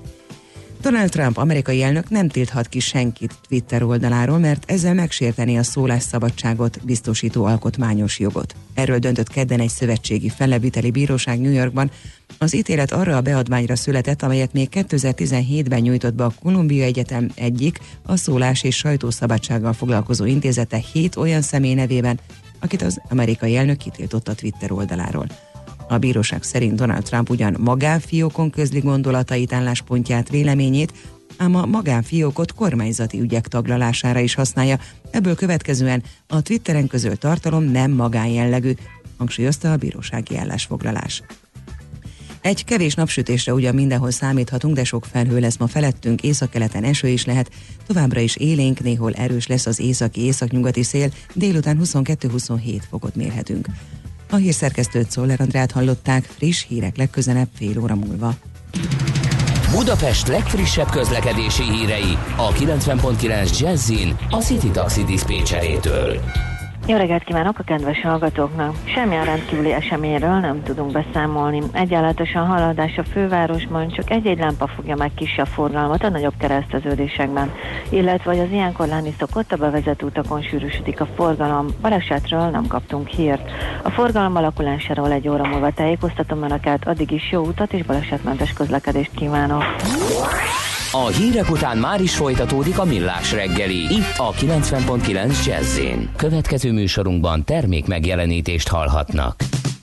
Donald Trump, amerikai elnök nem tilthat ki senkit Twitter oldaláról, mert ezzel megsérteni a szólásszabadságot biztosító alkotmányos jogot. Erről döntött kedden egy szövetségi fellebbviteli bíróság New Yorkban. Az ítélet arra a beadványra született, amelyet még kétezer-tizenhétben nyújtott be a Columbia Egyetem egyik, a szólás- és sajtószabadsággal foglalkozó intézete hét olyan személy nevében, akit az amerikai elnök kitiltott a Twitter oldaláról. A bíróság szerint Donald Trump ugyan magánfiókon közli gondolatait, álláspontját, véleményét, ám a magánfiókot kormányzati ügyek taglalására is használja. Ebből következően a Twitteren közölt tartalom nem magánjellegű, hangsúlyozta a bírósági állásfoglalás. Egy kevés napsütésre ugyan mindenhol számíthatunk, de sok felhő lesz ma felettünk, északkeleten eső is lehet, továbbra is élénk, néhol erős lesz az északi-északnyugati szél, délután huszonkettő-huszonhét fokot mérhetünk. A hírszerkesztőt, Szoller Andrát hallották, friss hírek legközelebb fél óra múlva. Budapest legfrissebb közlekedési hírei a kilencven pont kilenc Jazzin a City Taxi diszpécserétől. Jó reggelt kívánok a kedves hallgatóknak! Semmilyen rendkívüli eseményről nem tudunk beszámolni. Egyenletesen haladás a fővárosban, csak egy-egy lámpa fogja meg kisebb forgalmat a nagyobb kereszteződésekben, illetve hogy az ilyenkor lenni szokott, a bevezető utakon sűrűsödik a forgalom. Balesetről nem kaptunk hírt. A forgalom alakulásáról egy óra múlva tájékoztatom önöket, addig is jó utat és balesetmentes közlekedést kívánok! A hírek után már is folytatódik a Millás reggeli, itt a kilencven pont kilenc Jazz-in. Következő műsorunkban termék megjelenítést hallhatnak.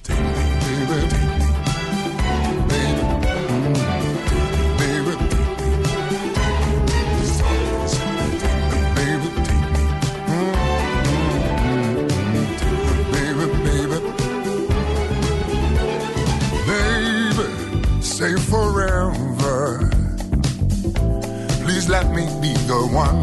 Say forever, please let me be the one.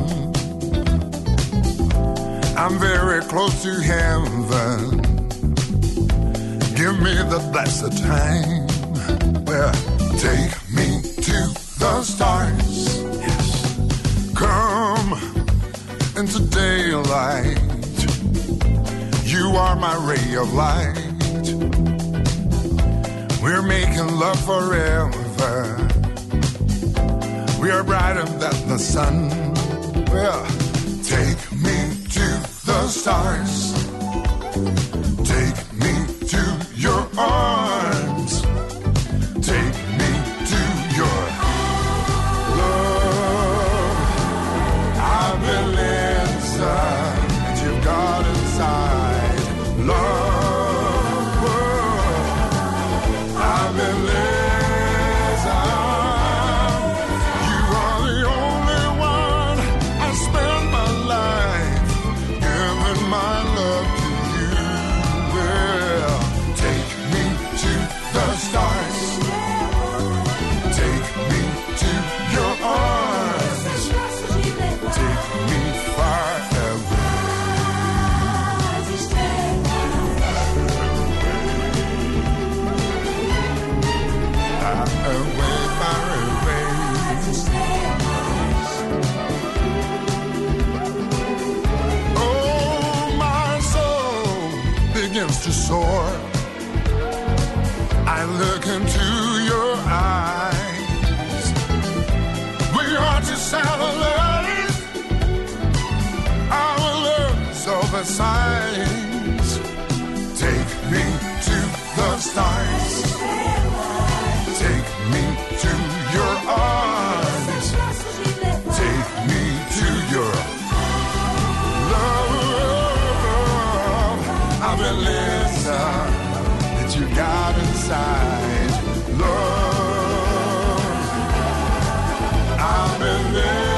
I'm very close to heaven. Give me the blessed time. Well, take me to the stars. Yes. Come into daylight. You are my ray of light. We're making love forever. We are brighter than the sun. Well, take me to the stars. Take me to your arms. Take me to your love. I've been listening that you've got inside. Love. I've been listening. To soar, I look into your eyes. We are two satellites. Our love's over signs. Take me to the stars. Take me to your arms. Take me to your love. I've been listening that you got inside. Love, I've been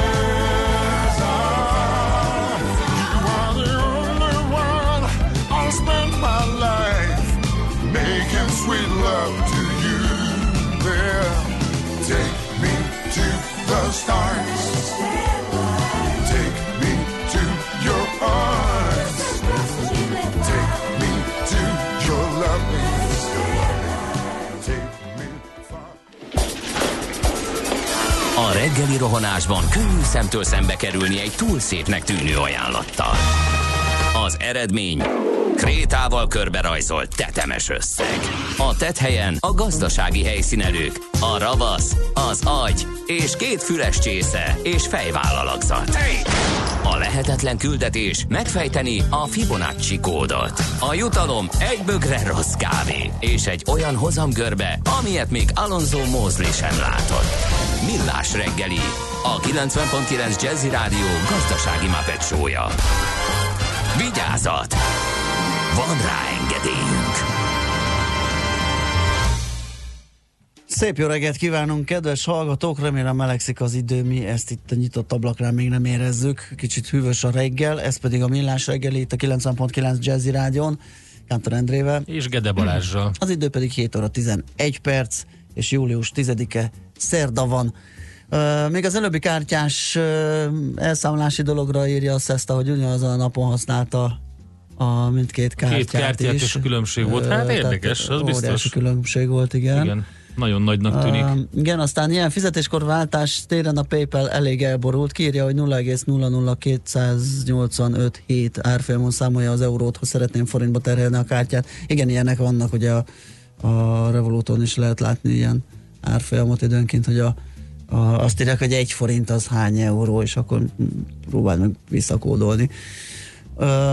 listening. You are the only one I'll spend my life making sweet love to you. There, take me to the stars. Take me to your arms. Take me to your loving. Take me far. A reggeli rohanásban könnyű szemtől szembe kerülni egy túl szépnek tűnő ajánlattal. Az eredmény krétával körberajzolt tetemes összeg. A tetthelyen a gazdasági helyszínelők, a ravasz, az agy és két füles csésze és fejvállalakzat. A lehetetlen küldetés megfejteni a Fibonacci kódot. A jutalom egy bögre rossz kávé és egy olyan hozamgörbe, amilyet még Alonso Mosley sem látott. Millás reggeli, a kilencven pont kilenc Jazzy Rádió gazdasági Muppet show-ja. Vigyázat! Van rá engedélyünk! Szép jó reggelt kívánunk, kedves hallgatók, remélem melegszik az idő, mi ezt itt a nyitott ablaknál még nem érezzük, kicsit hűvös a reggel, ez pedig a Millás reggeli itt a kilencven pont kilenc Jazzy Rádion, Kántor Endrével. És Gede Balázsral. Az idő pedig hét óra tizenegy perc, és július tizedike szerda van. Uh, még az előbbi kártyás uh, elszámolási dologra írja a Szeszta, hogy ugyanazon a napon használta a mindkét kártyát Két kártyát is. És különbség volt, hát érdekes, az biztos. Óriási különbség volt, igen. Igen, nagyon nagynak tűnik. Uh, igen, aztán ilyen fizetéskorváltás téren a PayPal elég elborult, kiírja, hogy nulla egész nulla nulla kétszáznyolcvanöt hét árfolyamon számolja az eurót, ha szeretném forintba terhelni a kártyát. Igen, ilyenek vannak, ugye a, a Revoluton is lehet látni ilyen árfolyamot időnként, hogy a A, azt írják, hogy egy forint az hány euró, és akkor próbáld meg visszakódolni. Ö,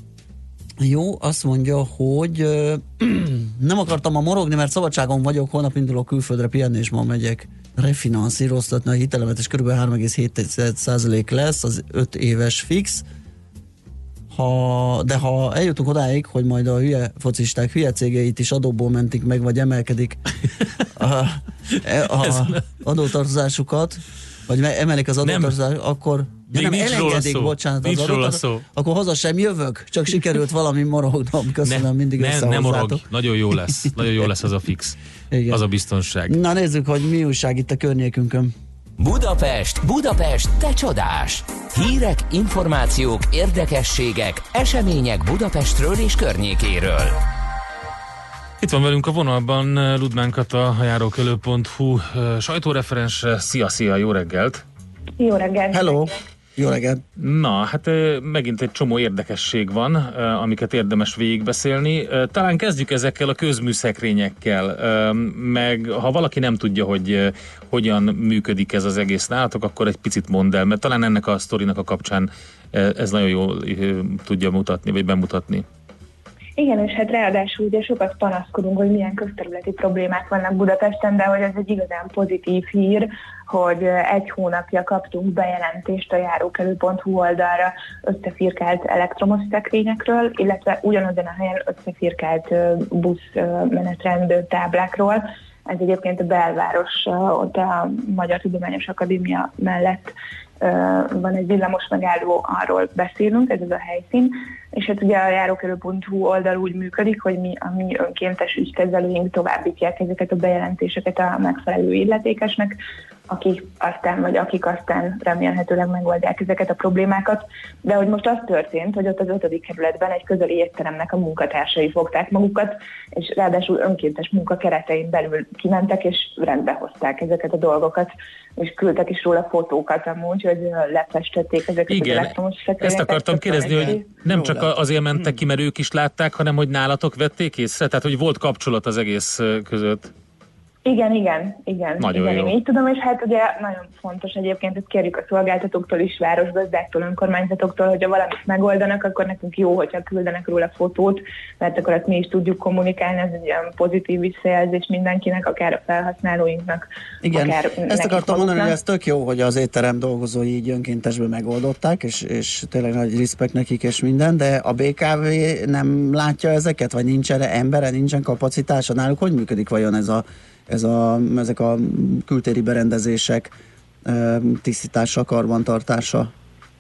jó, azt mondja, hogy ö, nem akartam ma morogni, mert szabadságon vagyok, holnap indulok külföldre pihenni, és ma megyek refinanszíroztatni a hitelemet, és kb. három egész hét százalék lesz az öt éves fix. Ha, de ha eljutunk odáig, hogy majd a hülye focisták hülye cégeit is adóból mentik meg, vagy emelkedik a, a adótartozásukat, vagy emelik az adótartozást, akkor ja, nem elengedik, bocsánat, az adótartozást, akkor haza sem jövök, csak sikerült valami morognom. Köszönöm, ne, mindig ne, ne morog, nagyon jó lesz, nagyon jó lesz az a fix. Igen. Az a biztonság. Na nézzük, hogy mi újság itt a környékünkön. Budapest, Budapest, te csodás! Hírek, információk, érdekességek, események Budapestről és környékéről. Itt van velünk a vonalban Ludmán Kata, a járókelő pont hu sajtóreferens. Szia, szia, jó reggelt! Jó reggelt! Hello! Jó reggelt! Na, hát megint egy csomó érdekesség van, amiket érdemes végigbeszélni. Talán kezdjük ezekkel a közműszekrényekkel, meg ha valaki nem tudja, hogy hogyan működik ez az egész nálatok, akkor egy picit mondd el, mert talán ennek a sztorinak a kapcsán ez nagyon jól tudja mutatni, vagy bemutatni. Igen, és hát ráadásul ugye sokat panaszkodunk, hogy milyen közterületi problémák vannak Budapesten, de hogy ez egy igazán pozitív hír, hogy egy hónapja kaptunk bejelentést a járókelő pont hu oldalra összefirkált elektromos szekrényekről, illetve ugyanazon a helyen összefirkált buszmenetrend táblákról. Ez egyébként a belváros, ott a Magyar Tudományos Akadémia mellett van egy villamos megálló, arról beszélünk, ez az a helyszín, és hát ugye a járókelő pont hu oldal úgy működik, hogy mi a mi önkéntes ügykezelőink továbbítják ezeket a bejelentéseket a megfelelő illetékesnek, akik aztán, vagy akik aztán remélhetőleg megoldják ezeket a problémákat. De hogy most az történt, hogy ott az ötödik kerületben egy közeli étteremnek a munkatársai fogták magukat, és ráadásul önkéntes munka keretein belül kimentek, és rendbe hozták ezeket a dolgokat, és küldtek is róla fotókat amúgy, hogy lefestették ezeket. Igen, az elektromos szekrényeket. Ezt akartam kérdezni, hogy nem csak azért mentek ki, mert ők is látták, hanem hogy nálatok vették észre? Tehát, hogy volt kapcsolat az egész között? Igen, igen, igen. Nagyon igen, jó. Én így tudom, és hát ugye nagyon fontos egyébként, hogy kérjük a szolgáltatóktól is, városgazdáktól, önkormányzatoktól, hogyha valamit megoldanak, akkor nekünk jó, hogyha küldenek róla fotót, mert akkor azt mi is tudjuk kommunikálni, ez egy olyan pozitív visszajelzés mindenkinek, akár a felhasználóinknak, igen. Akár Ezt nekik akartam maguknak. mondani, hogy ez tök jó, hogy az étterem dolgozói így önkéntesben megoldották, és, és tényleg nagy respekt nekik és minden, de a bé ká vé nem látja ezeket, vagy nincs erre embere, nincsen kapacitása náluk? Hogy működik vajon ez a Ez a, ezek a kültéri berendezések tisztítása, karbantartása?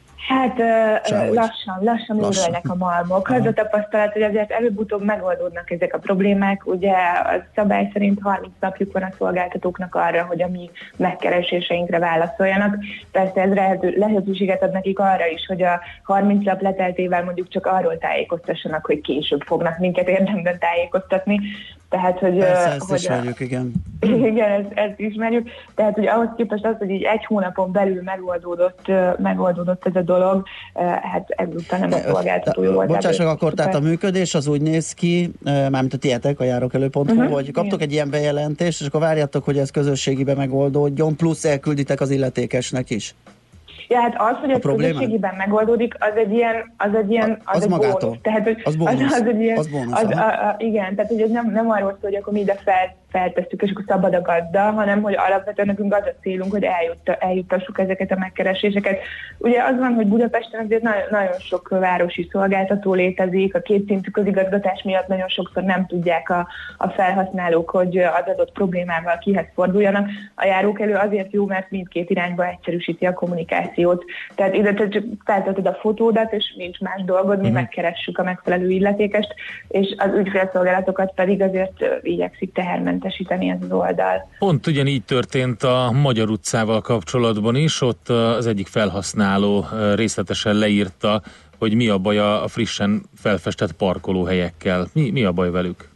Hát uh, lassan, lassan őrölnek a malmok. Az a tapasztalat, hogy azért előbb-utóbb megoldódnak ezek a problémák. Ugye a szabály szerint harminc napjuk van a szolgáltatóknak arra, hogy a mi megkereséseinkre válaszoljanak. Persze ez lehetőséget ad nekik arra is, hogy a harminc nap leteltével mondjuk csak arról tájékoztassanak, hogy később fognak minket érdemben tájékoztatni. Tehát, hogy, Persze, ezt hogy ismerjük, igen. Igen, ezt, ezt ismerjük. Tehát, hogy ahhoz képest az, hogy így egy hónapon belül megoldódott, megoldódott ez a dolog, hát ezúttal nem a szolgáltatói volt. Bocsássak, akkor tehát a működés az úgy néz ki, mármint a tietek, a járókelő pont hu, uh-huh. hogy kaptok egy ilyen bejelentést, és akkor várjátok, hogy ez közösségibe megoldódjon, plusz elkülditek az illetékesnek is. Ja, hát az, hogy ez közösségiben megoldódik, az egy ilyen, az egy ilyen, az, az egy magától. bónusz. Tehát, hogy az bónusz. Az, az egy ilyen, az bónusz. az, a, a, igen, tehát hogy ez nem, nem arról szól, hogy akkor mi ide feltesszük, és akkor szabad a gazda, hanem hogy alapvetően nekünk az a célunk, hogy eljut, eljuttassuk ezeket a megkereséseket. Ugye az van, hogy Budapesten azért nagyon, nagyon sok városi szolgáltató létezik, a kétszintű közigazgatás miatt nagyon sokszor nem tudják a, a felhasználók, hogy az adott problémával kihez forduljanak. A járókelő azért jó, mert mindkét irányba egyszerűsíti a kommunikációt. Tehát ide te csak feltöltöd a fotódat, és nincs más dolgod, mi uh-huh. megkeressük a megfelelő illetékest, és az ügyfélszolgálatokat pedig azért igyekszik tehermentesíteni ez az oldal. Pont ugyanígy történt a Magyar utcával kapcsolatban is, ott az egyik felhasználó részletesen leírta, hogy mi a baj a frissen felfestett parkolóhelyekkel. Mi, mi a baj velük?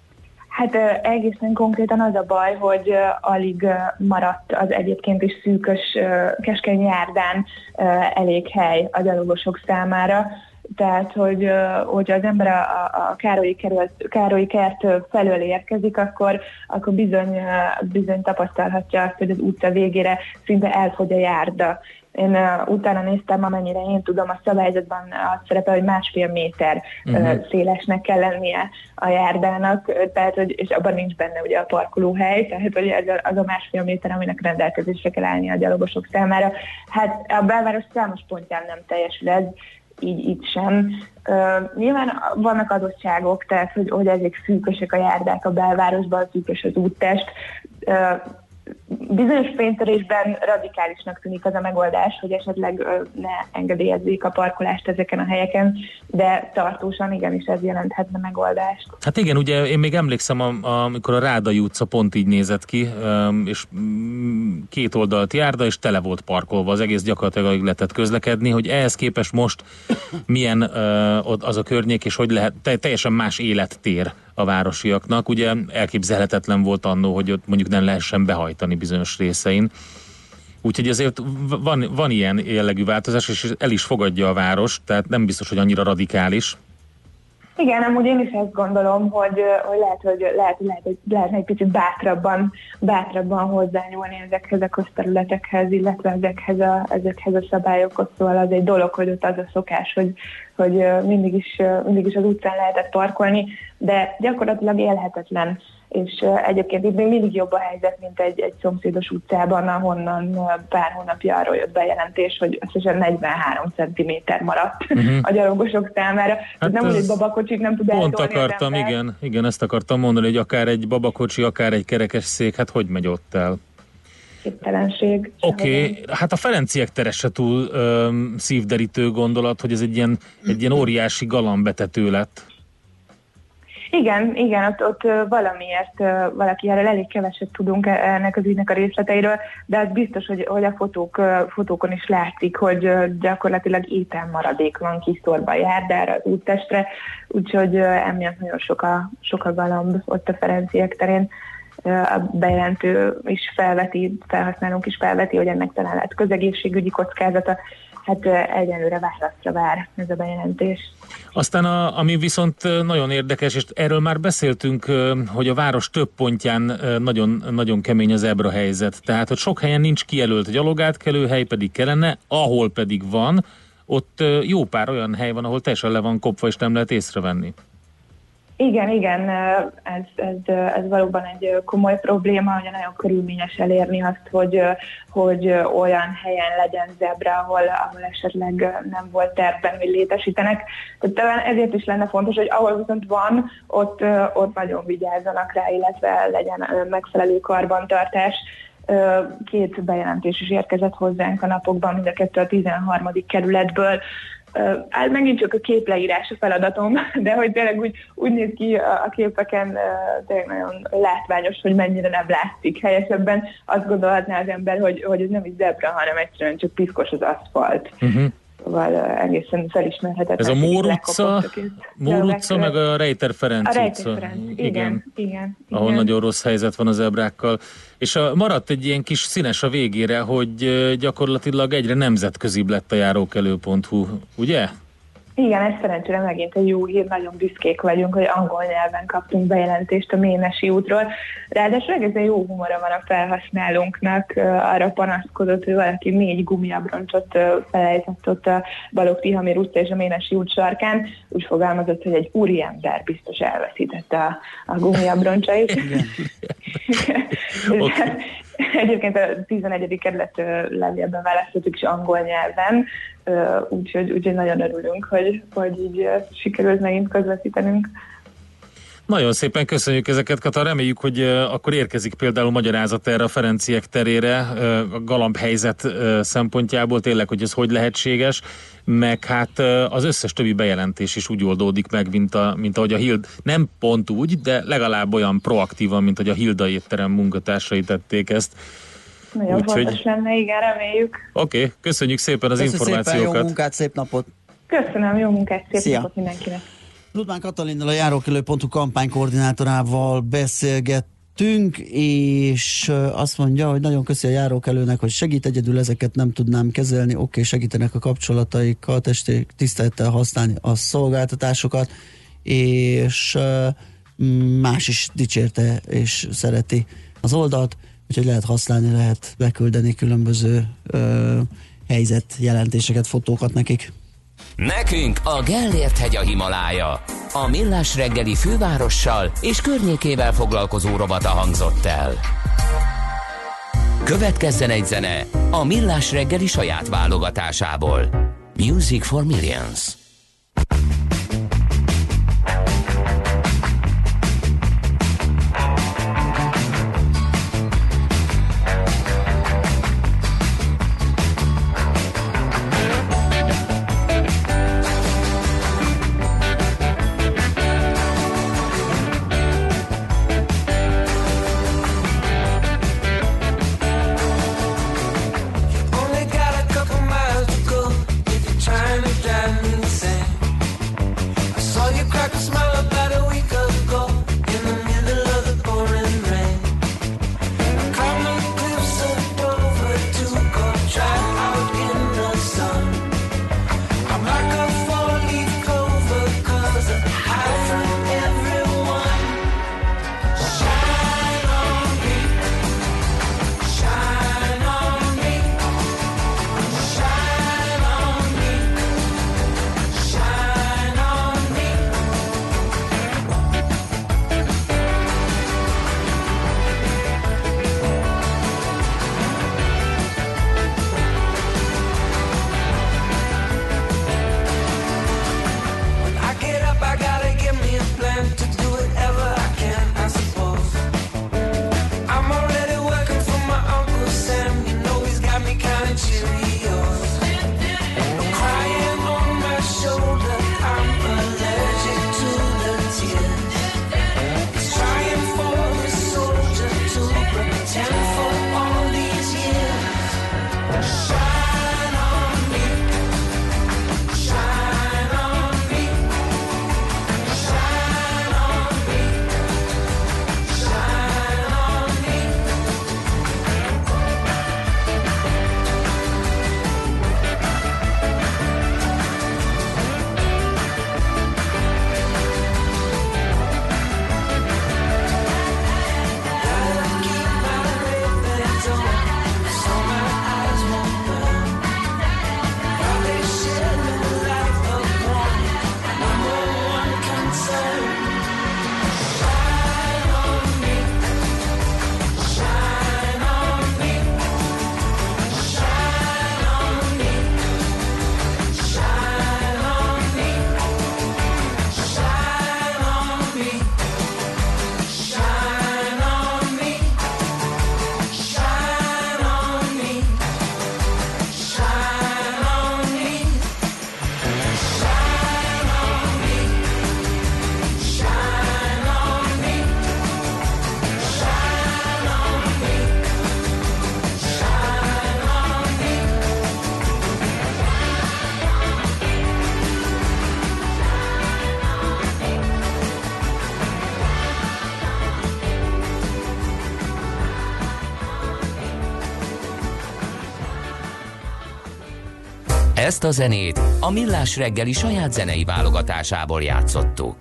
Hát egészen konkrétan az a baj, hogy alig maradt az egyébként is szűkös keskeny járdán elég hely a gyalogosok számára. Tehát, hogy, hogy az ember a, a Károlyi, kerület, Károlyi kert felől érkezik, akkor, akkor bizony, bizony tapasztalhatja azt, hogy az utca végére szinte elfogy a járda. Én uh, utána néztem, amennyire én tudom, a szabályzatban azt szerepel, hogy másfél méter uh-huh. uh, szélesnek kell lennie a járdának, tehát, hogy, és abban nincs benne ugye a parkolóhely, tehát hogy ez a, az a másfél méter, aminek rendelkezésre kell állni a gyalogosok számára. Hát a belváros számos pontján nem teljesül ez, így itt sem. Uh, nyilván vannak adottságok, tehát hogy, hogy ezek szűkösek a járdák a belvárosban, szűkös az úttest. Uh, bizonyos fénytörésben radikálisnak tűnik az a megoldás, hogy esetleg uh, ne engedélyezzék a parkolást ezeken a helyeken, de tartósan igenis ez jelenthetne megoldást. Hát igen, ugye én még emlékszem, a, a, amikor a Rádai utca pont így nézett ki, um, és um, két oldalt járda, és tele volt parkolva, az egész gyakorlatilag lehetett közlekedni, hogy ehhez képest most milyen uh, az a környék, és hogy lehet, te, teljesen más élettér a városiaknak. Ugye elképzelhetetlen volt annó, hogy ott mondjuk nem lehessen behajtani bizonyos részein. Úgyhogy azért van, van ilyen jellegű változás, és el is fogadja a város, tehát nem biztos, hogy annyira radikális. Igen, amúgy én is ezt gondolom, hogy, hogy lehet, hogy lehet, lehet, hogy lehetne egy picit bátrabban, bátrabban hozzányúlni ezekhez a közterületekhez, illetve ezekhez a, ezekhez a szabályokhoz. Szóval az egy dolog, hogy ott az a szokás, hogy, hogy mindig, is, mindig is az utcán lehetett parkolni, de gyakorlatilag élhetetlen. És egyébként itt még mindig jobb a helyzet, mint egy, egy szomszédos utcában, ahonnan pár hónapja arról jött bejelentés, hogy összesen negyvenhárom centiméter maradt uh-huh. a gyalogosok számára. Hát nem úgy, hogy babakocsik nem tud eltolni. Pont akartam, igen, igen, ezt akartam mondani, hogy akár egy babakocsi, akár egy kerekesszék, hát hogy megy ott el? Képtelenség. Oké, okay. Hát a Ferenciek tere se túl um, szívderítő gondolat, hogy ez egy ilyen, egy ilyen óriási galambbetető lett. Igen, igen, ott, ott valamiért valaki erről elég keveset tudunk ennek az ügynek a részleteiről, de az biztos, hogy, hogy a fotók, fotókon is látszik, hogy gyakorlatilag ételmaradék van kiszorva a járdára, az úttestre, úgyhogy emiatt nagyon sok a, sok a galamb ott a Ferenciek terén. A bejelentő is felveti, felhasználónk is felveti, hogy ennek talán lehet közegészségügyi kockázata. Hát egyenlőre válaszra vár ez a bejelentés. Aztán a, ami viszont nagyon érdekes, és erről már beszéltünk, hogy a város több pontján nagyon, nagyon kemény az zebra helyzet. Tehát, hogy sok helyen nincs kijelölt gyalogátkelő hely, pedig kellene, ahol pedig van, ott jó pár olyan hely van, ahol teljesen le van kopva, és nem lehet észrevenni. Igen, igen, ez, ez, ez valóban egy komoly probléma, hogy nagyon körülményes elérni azt, hogy, hogy olyan helyen legyen zebra, ahol, ahol esetleg nem volt tervben, hogy létesítenek. Tehát talán ezért is lenne fontos, hogy ahol viszont van, ott, ott nagyon vigyázzanak rá, illetve legyen megfelelő karbantartás. Két bejelentés is érkezett hozzánk a napokban, mind a kettő a tizenharmadik kerületből. Uh, megint csak a képleírás a feladatom, de hogy tényleg úgy, úgy néz ki a, a képeken, uh, tényleg nagyon látványos, hogy mennyire nem látszik. Helyesebben azt gondolhatná az ember, hogy, hogy ez nem is zebra, hanem egyszerűen csak piszkos az aszfalt. Uh-huh. Szóval uh, egészen felismerhetetlen. Ez a Mór utca, Mór utca meg a Rejter Ferenc utca. A Rejter Ferenc, igen, igen, igen. Ahol igen. Nagyon rossz helyzet van a zebrákkal. És a, maradt egy ilyen kis színes a végére, hogy gyakorlatilag egyre nemzetközibb lett a járókelő pont hu, ugye? Igen, ez szerencsére megint egy jó hír, nagyon büszkék vagyunk, hogy angol nyelven kaptunk bejelentést a Ménesi útról. Ráadásul egészen jó humora van a felhasználónknak, arra panaszkodott, hogy valaki négy gumiabroncsot felejtett ott a Balogh-Tihamir utca és a Ménesi út sarkán. Úgy fogalmazott, hogy egy úriember biztos elveszítette a, a gumiabroncsait. Okay. Egyébként a tizenegyedik kerület levélben választottuk is angol nyelven, úgyhogy, úgyhogy nagyon örülünk, hogy, hogy így sikerült megint közvetítenünk. Nagyon szépen köszönjük ezeket, Kata. Reméljük, hogy akkor érkezik például magyarázat erre a Ferenciek terére, a galamb helyzet szempontjából, tényleg, hogy ez hogy lehetséges, meg hát az összes többi bejelentés is úgy oldódik meg, mint, a, mint ahogy a Hild, nem pont úgy, de legalább olyan proaktívan, mint hogy a Hilda étterem munkatársai tették ezt. Nagyon úgy, fontos hogy... lenne, igen, reméljük. Oké, okay, köszönjük szépen az Köszönjük információkat. Szépen, jó munkát, szép napot! Köszönöm, jó munkát, szép Szia. napot mindenkinek! Ludmán Katalinnal, a járókelő pont hu kampánykoordinátorával beszélgettünk, és azt mondja, hogy nagyon köszi a járókelőnek, hogy segít, egyedül ezeket nem tudnám kezelni, oké, okay, segítenek a kapcsolataikkal, tisztelettel használni a szolgáltatásokat, és más is dicsérte és szereti az oldalt, úgyhogy lehet használni, lehet beküldeni különböző ö, helyzetjelentéseket, fotókat nekik. Nekünk a Gellért hegy a Himalája. A Millás reggeli fővárossal és környékével foglalkozó rovata hangzott el. Következzen egy zene a Millás reggeli saját válogatásából. Music for Millions. Only got a couple miles to go if you're trying to drive me Ezt a zenét a Millás reggeli saját zenei válogatásából játszottuk.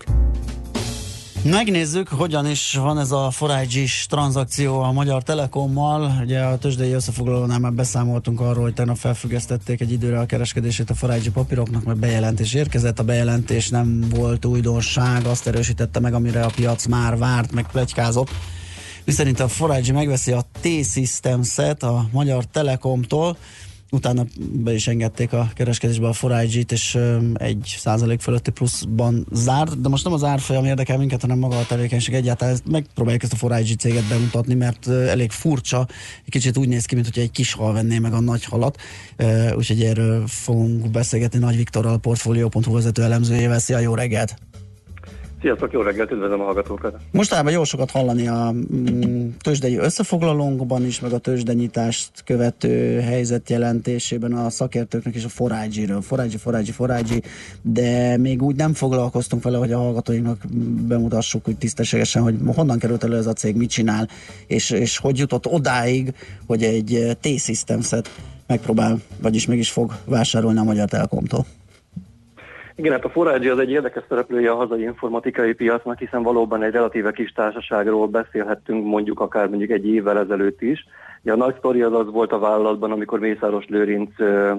Megnézzük, hogyan is van ez a négy G-s tranzakció a Magyar Telekommal. Ugye a tőzsdei összefoglalónál már beszámoltunk arról, hogy tegnap felfüggesztették egy időre a kereskedését a négy G papíroknak, mert bejelentés érkezett. A bejelentés nem volt újdonság, azt erősítette meg, amire a piac már várt, meg pletykázott. Miszerint a négy G megveszi a T-Systems-et a Magyar Telekomtól, utána be is engedték a kereskedésbe a négy G-t, és egy százalék fölötti pluszban zárt, de most nem az árfolyam érdekel minket, hanem maga a tevékenység egyáltalán. Megpróbáljuk ezt a négy G céget bemutatni, mert elég furcsa, egy kicsit úgy néz ki, mintha egy kis hal venné meg a nagy halat, úgyhogy erről fogunk beszélgetni Nagy Viktorral, a Portfolio pont hu vezető elemzőjével. Szia, jó reggelt! Sziasztok, jó reggelt, üdvözlöm a hallgatókat! Mostában jól sokat hallani a mm, tőzsdei összefoglalónkban is, meg a tőzsdenyitást követő helyzet jelentésében a szakértőknek is a négy G-ről. négy G, négy G, négy G, de még úgy nem foglalkoztunk vele, hogy a hallgatóinknak bemutassuk úgy tisztességesen, hogy honnan került elő ez a cég, mit csinál, és, és hogy jutott odáig, hogy egy T-Systems-et megpróbál, vagyis meg is fog vásárolni a Magyar Telekomtól. Igen, hát a négy G az egy érdekes szereplője a hazai informatikai piacnak, hiszen valóban egy relatíve kis társaságról beszélhettünk mondjuk akár mondjuk egy évvel ezelőtt is. Ja, a nagy sztori az az volt a vállalatban, amikor Mészáros Lőrinc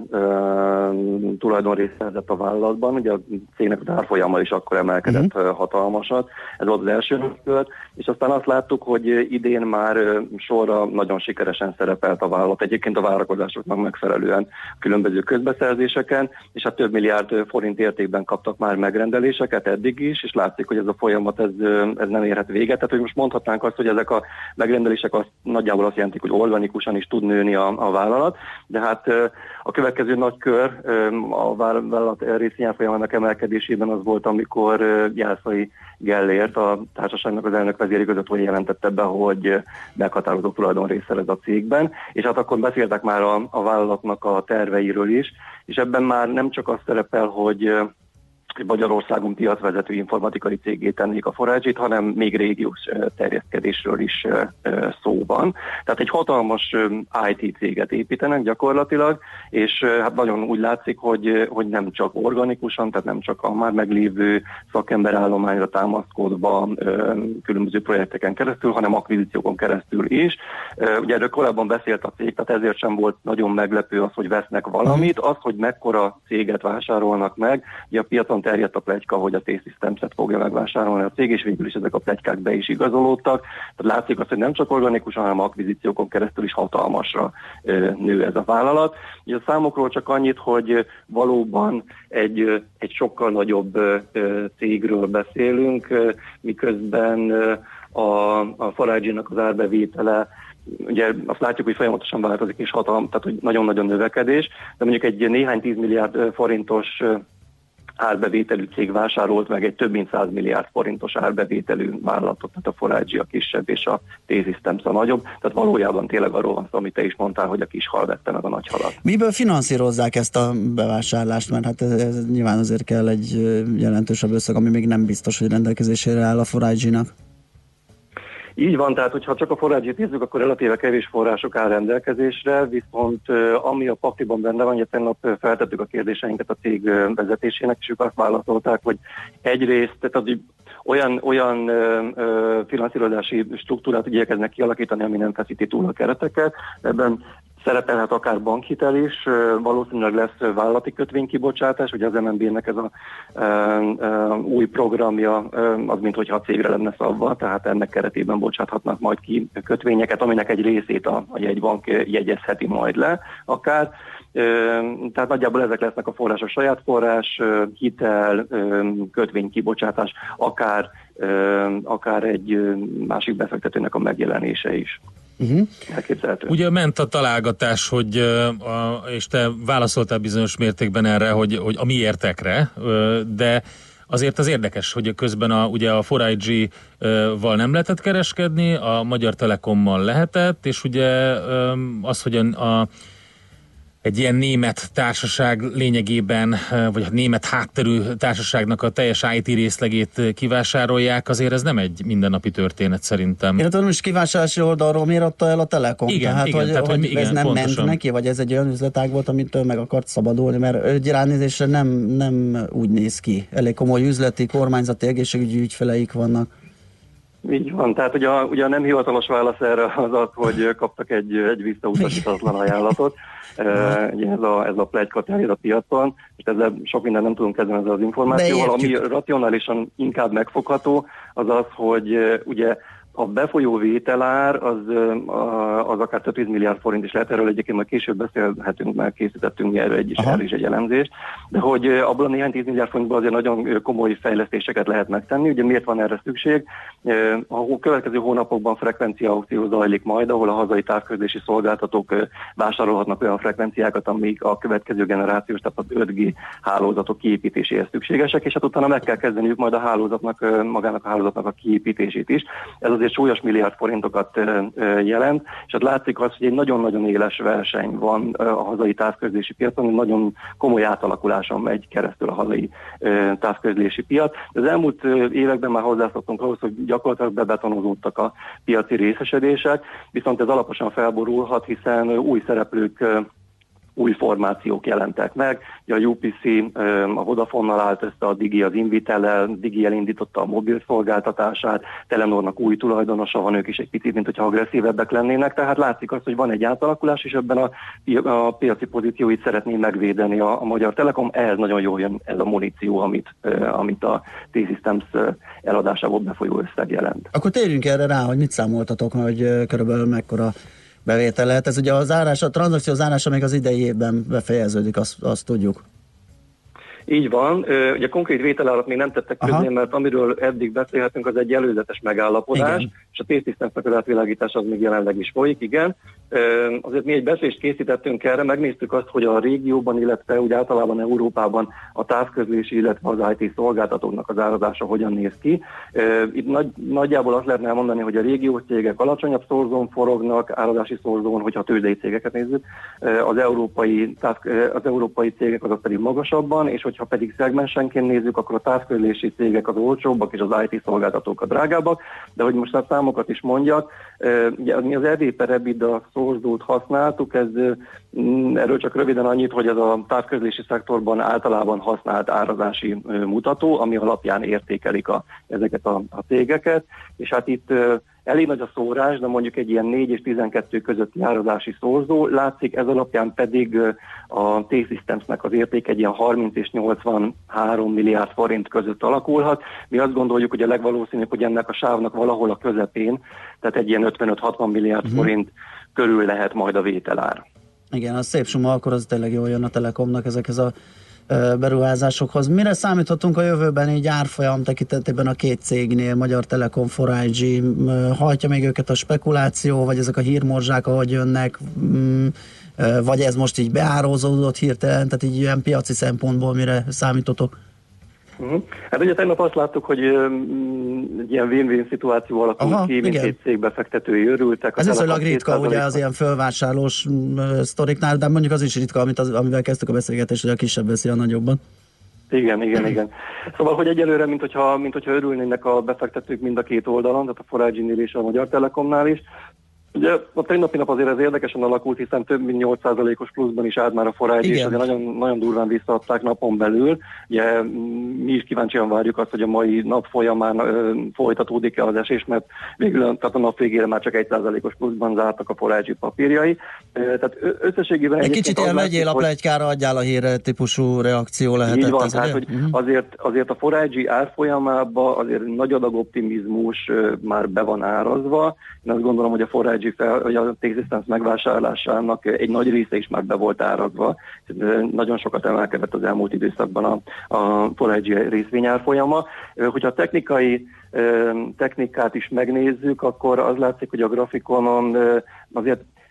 tulajdonrészt szerzett a vállalatban, ugye a cégnek az árfolyama is akkor emelkedett uh-huh. hatalmasat, ez volt az első kört, és aztán azt láttuk, hogy idén már sorra nagyon sikeresen szerepelt a vállalat, egyébként a várakozásoknak megfelelően különböző közbeszerzéseken, és hát több milliárd forint értékben kaptak már megrendeléseket eddig is, és látszik, hogy ez a folyamat ez, ez nem érhet véget, tehát hogy most mondhatnánk azt, hogy ezek a megrendelések azt, nagyjából azt jelentik, hogy organikusan is tud nőni a, a vállalat, de hát a következő nagy kör a vállalat részvényárfolyamának emelkedésében az volt, amikor Jászai Gellért, a társaságnak az elnök vezérigazgatója jelentette be, hogy meghatározó tulajdonrészt szerez a cégben, és hát akkor beszéltek már a, a vállalatnak a terveiről is, és ebben már nem csak az szerepel, hogy Magyarországon piacvezető informatikai cégé tennék a négy G-t, hanem még régiós terjeszkedésről is szó van. Tehát egy hatalmas i té céget építenek gyakorlatilag, és hát nagyon úgy látszik, hogy, hogy nem csak organikusan, tehát nem csak a már meglévő szakemberállományra támaszkodva különböző projekteken keresztül, hanem akvizíciókon keresztül is. Ugye erről korábban beszélt a cég, tehát ezért sem volt nagyon meglepő az, hogy vesznek valamit. Az, hogy mekkora céget vásárolnak meg, ugye a piacon terjedt a pletyka, hogy a T-Systems-et fogja megvásárolni a cég, és végül is ezek a pletykák be is igazolódtak. Tehát látszik azt, hogy nem csak organikusan, hanem akvizíciókon keresztül is hatalmasra ö, nő ez a vállalat. Ugye a számokról csak annyit, hogy valóban egy, egy sokkal nagyobb ö, cégről beszélünk, ö, miközben ö, a, a négy G-nak az árbevétele, ugye azt látjuk, hogy folyamatosan változik, és hatalmas, tehát hogy nagyon-nagyon növekedés, de mondjuk egy néhány tíz milliárd forintos árbevételű cég vásárolt meg egy több mint száz milliárd forintos árbevételű vállalatot, tehát a négy G a kisebb és a T-Systems a nagyobb, tehát valójában tényleg arról van szó, amit te is mondtál, hogy a kis hal vette meg a nagy halat. Miből finanszírozzák ezt a bevásárlást, mert hát ez, ez nyilván azért kell egy jelentősebb összeg, ami még nem biztos, hogy rendelkezésére áll a négy G-nak. Így van, tehát hogyha csak a négy G-t nézzük, akkor relatíve kevés források áll rendelkezésre, viszont ami a pakliban benne van, hogy tegnap feltettük a kérdéseinket a cég vezetésének, és ők azt válaszolták, hogy egyrészt tehát az, olyan, olyan ö, ö, finanszírozási struktúrát igyekeznek kialakítani, ami nem feszíti túl a kereteket. Ebben szerepelhet akár bankhitel is, valószínűleg lesz vállalati kötvénykibocsátás, ugye az em en bé-nek ez a e, e, új programja, e, az minthogyha a cégre lenne szabva, tehát ennek keretében bocsáthatnak majd ki kötvényeket, aminek egy részét a, a jegybank jegyezheti majd le akár. E, tehát nagyjából ezek lesznek a források, saját forrás, hitel, kötvénykibocsátás, akár, akár egy másik befektetőnek a megjelenése is. Uh-huh. Elképzelhető. Ugye ment a találgatás, hogy, a, és te válaszoltál bizonyos mértékben erre, hogy, hogy a miértekre, de azért az érdekes, hogy közben a, ugye a négy G-val nem lehetett kereskedni, a Magyar Telekommal lehetett, és ugye az, hogy a, a egy ilyen német társaság lényegében, vagy a német hátterű társaságnak a teljes i té részlegét kivásárolják, azért ez nem egy mindennapi történet szerintem. Én tudom, is kivásárlási oldalról miért adta el a Telekom? Igen, tehát, igen, hogy, tehát, hogy, hogy ez igen, nem pontosan. ment neki, vagy ez egy olyan üzletág volt, amitől meg akart szabadulni, mert ránézésre nem, nem úgy néz ki. Elég komoly üzleti, kormányzati, egészségügyi ügyfeleik vannak. Így van, tehát ugye a, ugye a nem hivatalos válasz erre az az, hogy kaptak egy, egy visszautasítatlan ajánlatot. Ugye ez a, ez a pletyka terjed a piacon, és ezzel sok minden nem tudunk kezdeni ezzel az információval. Ami racionálisan inkább megfogható, az az, hogy ugye a befolyó vételár az, az akár több tíz milliárd forint is lehet, erről egyébként majd később beszélhetünk, mert készítettünk erről egy is, erről is egy elemzést, de hogy abból a néhány tíz milliárd forintból azért nagyon komoly fejlesztéseket lehet megtenni. Ugye miért van erre szükség? A következő hónapokban frekvencia aukció zajlik majd, ahol a hazai távközlési szolgáltatók vásárolhatnak olyan frekvenciákat, amik a következő generációs, tehát az öt G hálózatok kiépítéséhez szükségesek, és hát utána meg kell kezdeniük majd a hálózatnak, magának a hálózatnak a kiépítését is. Ez azért súlyos milliárd forintokat jelent, és hát látszik az, hogy egy nagyon-nagyon éles verseny van a hazai távközlési piacon, egy nagyon komoly átalakuláson megy keresztül a hazai távközlési piac. Az elmúlt években már hozzászoktunk ahhoz, hogy gyakorlatilag bebetonozódtak a piaci részesedések, viszont ez alaposan felborulhat, hiszen új szereplők, új formációk jelentek meg. A u pé cé a Vodafonnal állt össze, a Digi az Invitellel, Digi elindította a mobil szolgáltatását, Telenornak új tulajdonosa van, ők is egy picit, mint hogyha agresszívebbek lennének, tehát látszik azt, hogy van egy átalakulás, és ebben a, a piaci pozícióit szeretné megvédeni a, a Magyar Telekom. Ehhez nagyon jól jön ez a muníció, amit, amit a T-Systems eladásából befolyó összeg jelent. Akkor térjünk erre rá, hogy mit számoltatok, hogy körülbelül mekkora bevétel lehet. Ez ugye a zárás, a tranzakció zárása még az idei évben befejeződik, azt, azt tudjuk. Így van, ugye konkrét vételárat még nem tettek közé, mert amiről eddig beszélhetünk, az egy előzetes megállapodás, igen. És a T-Systems-nek az átvilágítás az még jelenleg is folyik, igen. Azért mi egy beszélést készítettünk erre, megnéztük azt, hogy a régióban, illetve úgy általában Európában a távközlési, illetve az i té szolgáltatóknak az árazása hogyan néz ki. Itt nagy, nagyjából azt lehetne elmondani, hogy a régiós cégek alacsonyabb szorzón forognak, árazási szorzón, hogyha a tőzsdei cégeket nézzük, az európai, táv, az európai cégek azok pedig magasabban, és hogyha pedig szegmensenként nézzük, akkor a távközlési cégek az olcsóbbak, és az i té szolgáltatók a drágábbak, de hogy most a számokat is mondjak, ugye mi az E V per EBITDA szorzót használtuk, ez, erről csak röviden annyit, hogy ez a távközlési szektorban általában használt árazási mutató, ami alapján értékelik a, ezeket a, a cégeket, és hát itt elég nagy a szórás, de mondjuk egy ilyen négy és tizenkettő közötti árazási szorzó, látszik, ez alapján pedig a T-Systemsnek az érték egy ilyen harminc és nyolcvanhárom milliárd forint között alakulhat. Mi azt gondoljuk, hogy a legvalószínűbb, hogy ennek a sávnak valahol a közepén, tehát egy ilyen ötvenöt-hatvan milliárd uh-huh. forint körül lehet majd a vételár. Igen, az szép suma, akkor az tényleg jól jön a Telekomnak ezekhez a beruházásokhoz. Mire számíthatunk a jövőben így árfolyam tekintetében a két cégnél, Magyar Telekom, négy G, hajtja még őket a spekuláció, vagy ezek a hírmorzsák, ahogy jönnek, vagy ez most így beárózódott hirtelen, tehát így ilyen piaci szempontból mire számítotok? Uh-huh. Hát ugye tegnap azt láttuk, hogy um, egy ilyen win-win szituáció alakult Aha, ki, mindkét cég befektetői örültek. Ez viszonylag ritka, ugye az ilyen fölvásárlós uh, sztoriknál, de mondjuk az is ritka, amit az, amivel kezdtük a beszélgetést, hogy a kisebb veszi a nagyobban. Igen, igen, igen. Szóval, hogy egyelőre, mint hogyha, mint hogyha örülnének a befektetők mind a két oldalon, tehát a négy G-nél és a Magyar Telekomnál is. Ugye a tegnapi nap azért ez érdekesen alakult, hiszen több mint nyolc százalékos pluszban is állt már a négy G, és azért nagyon, nagyon durván visszaadták napon belül. Ugye mi is kíváncsian várjuk azt, hogy a mai nap folyamán ö, folytatódik-e az esés, mert végül tehát a nap végére már csak egy százalékos pluszban zártak a négy G papírjai. Ö, tehát összességében egy kicsit ilyen vegyél a pletykára, adjál a hírre típusú reakció lehetett. Így van, ez, tehát, hogy azért, azért a négy G árfolyamában azért nagy adag optimizmus ö, már be van árazva. Én azt gondolom, hogy a négy G fel, hogy a T-Systems megvásárlásának egy nagy része is már be volt árazva. Nagyon sokat emelkedett az elmúlt időszakban a, a négy G részvényárfolyama. Hogyha a technikai technikát is megnézzük, akkor az látszik, hogy a grafikonon azért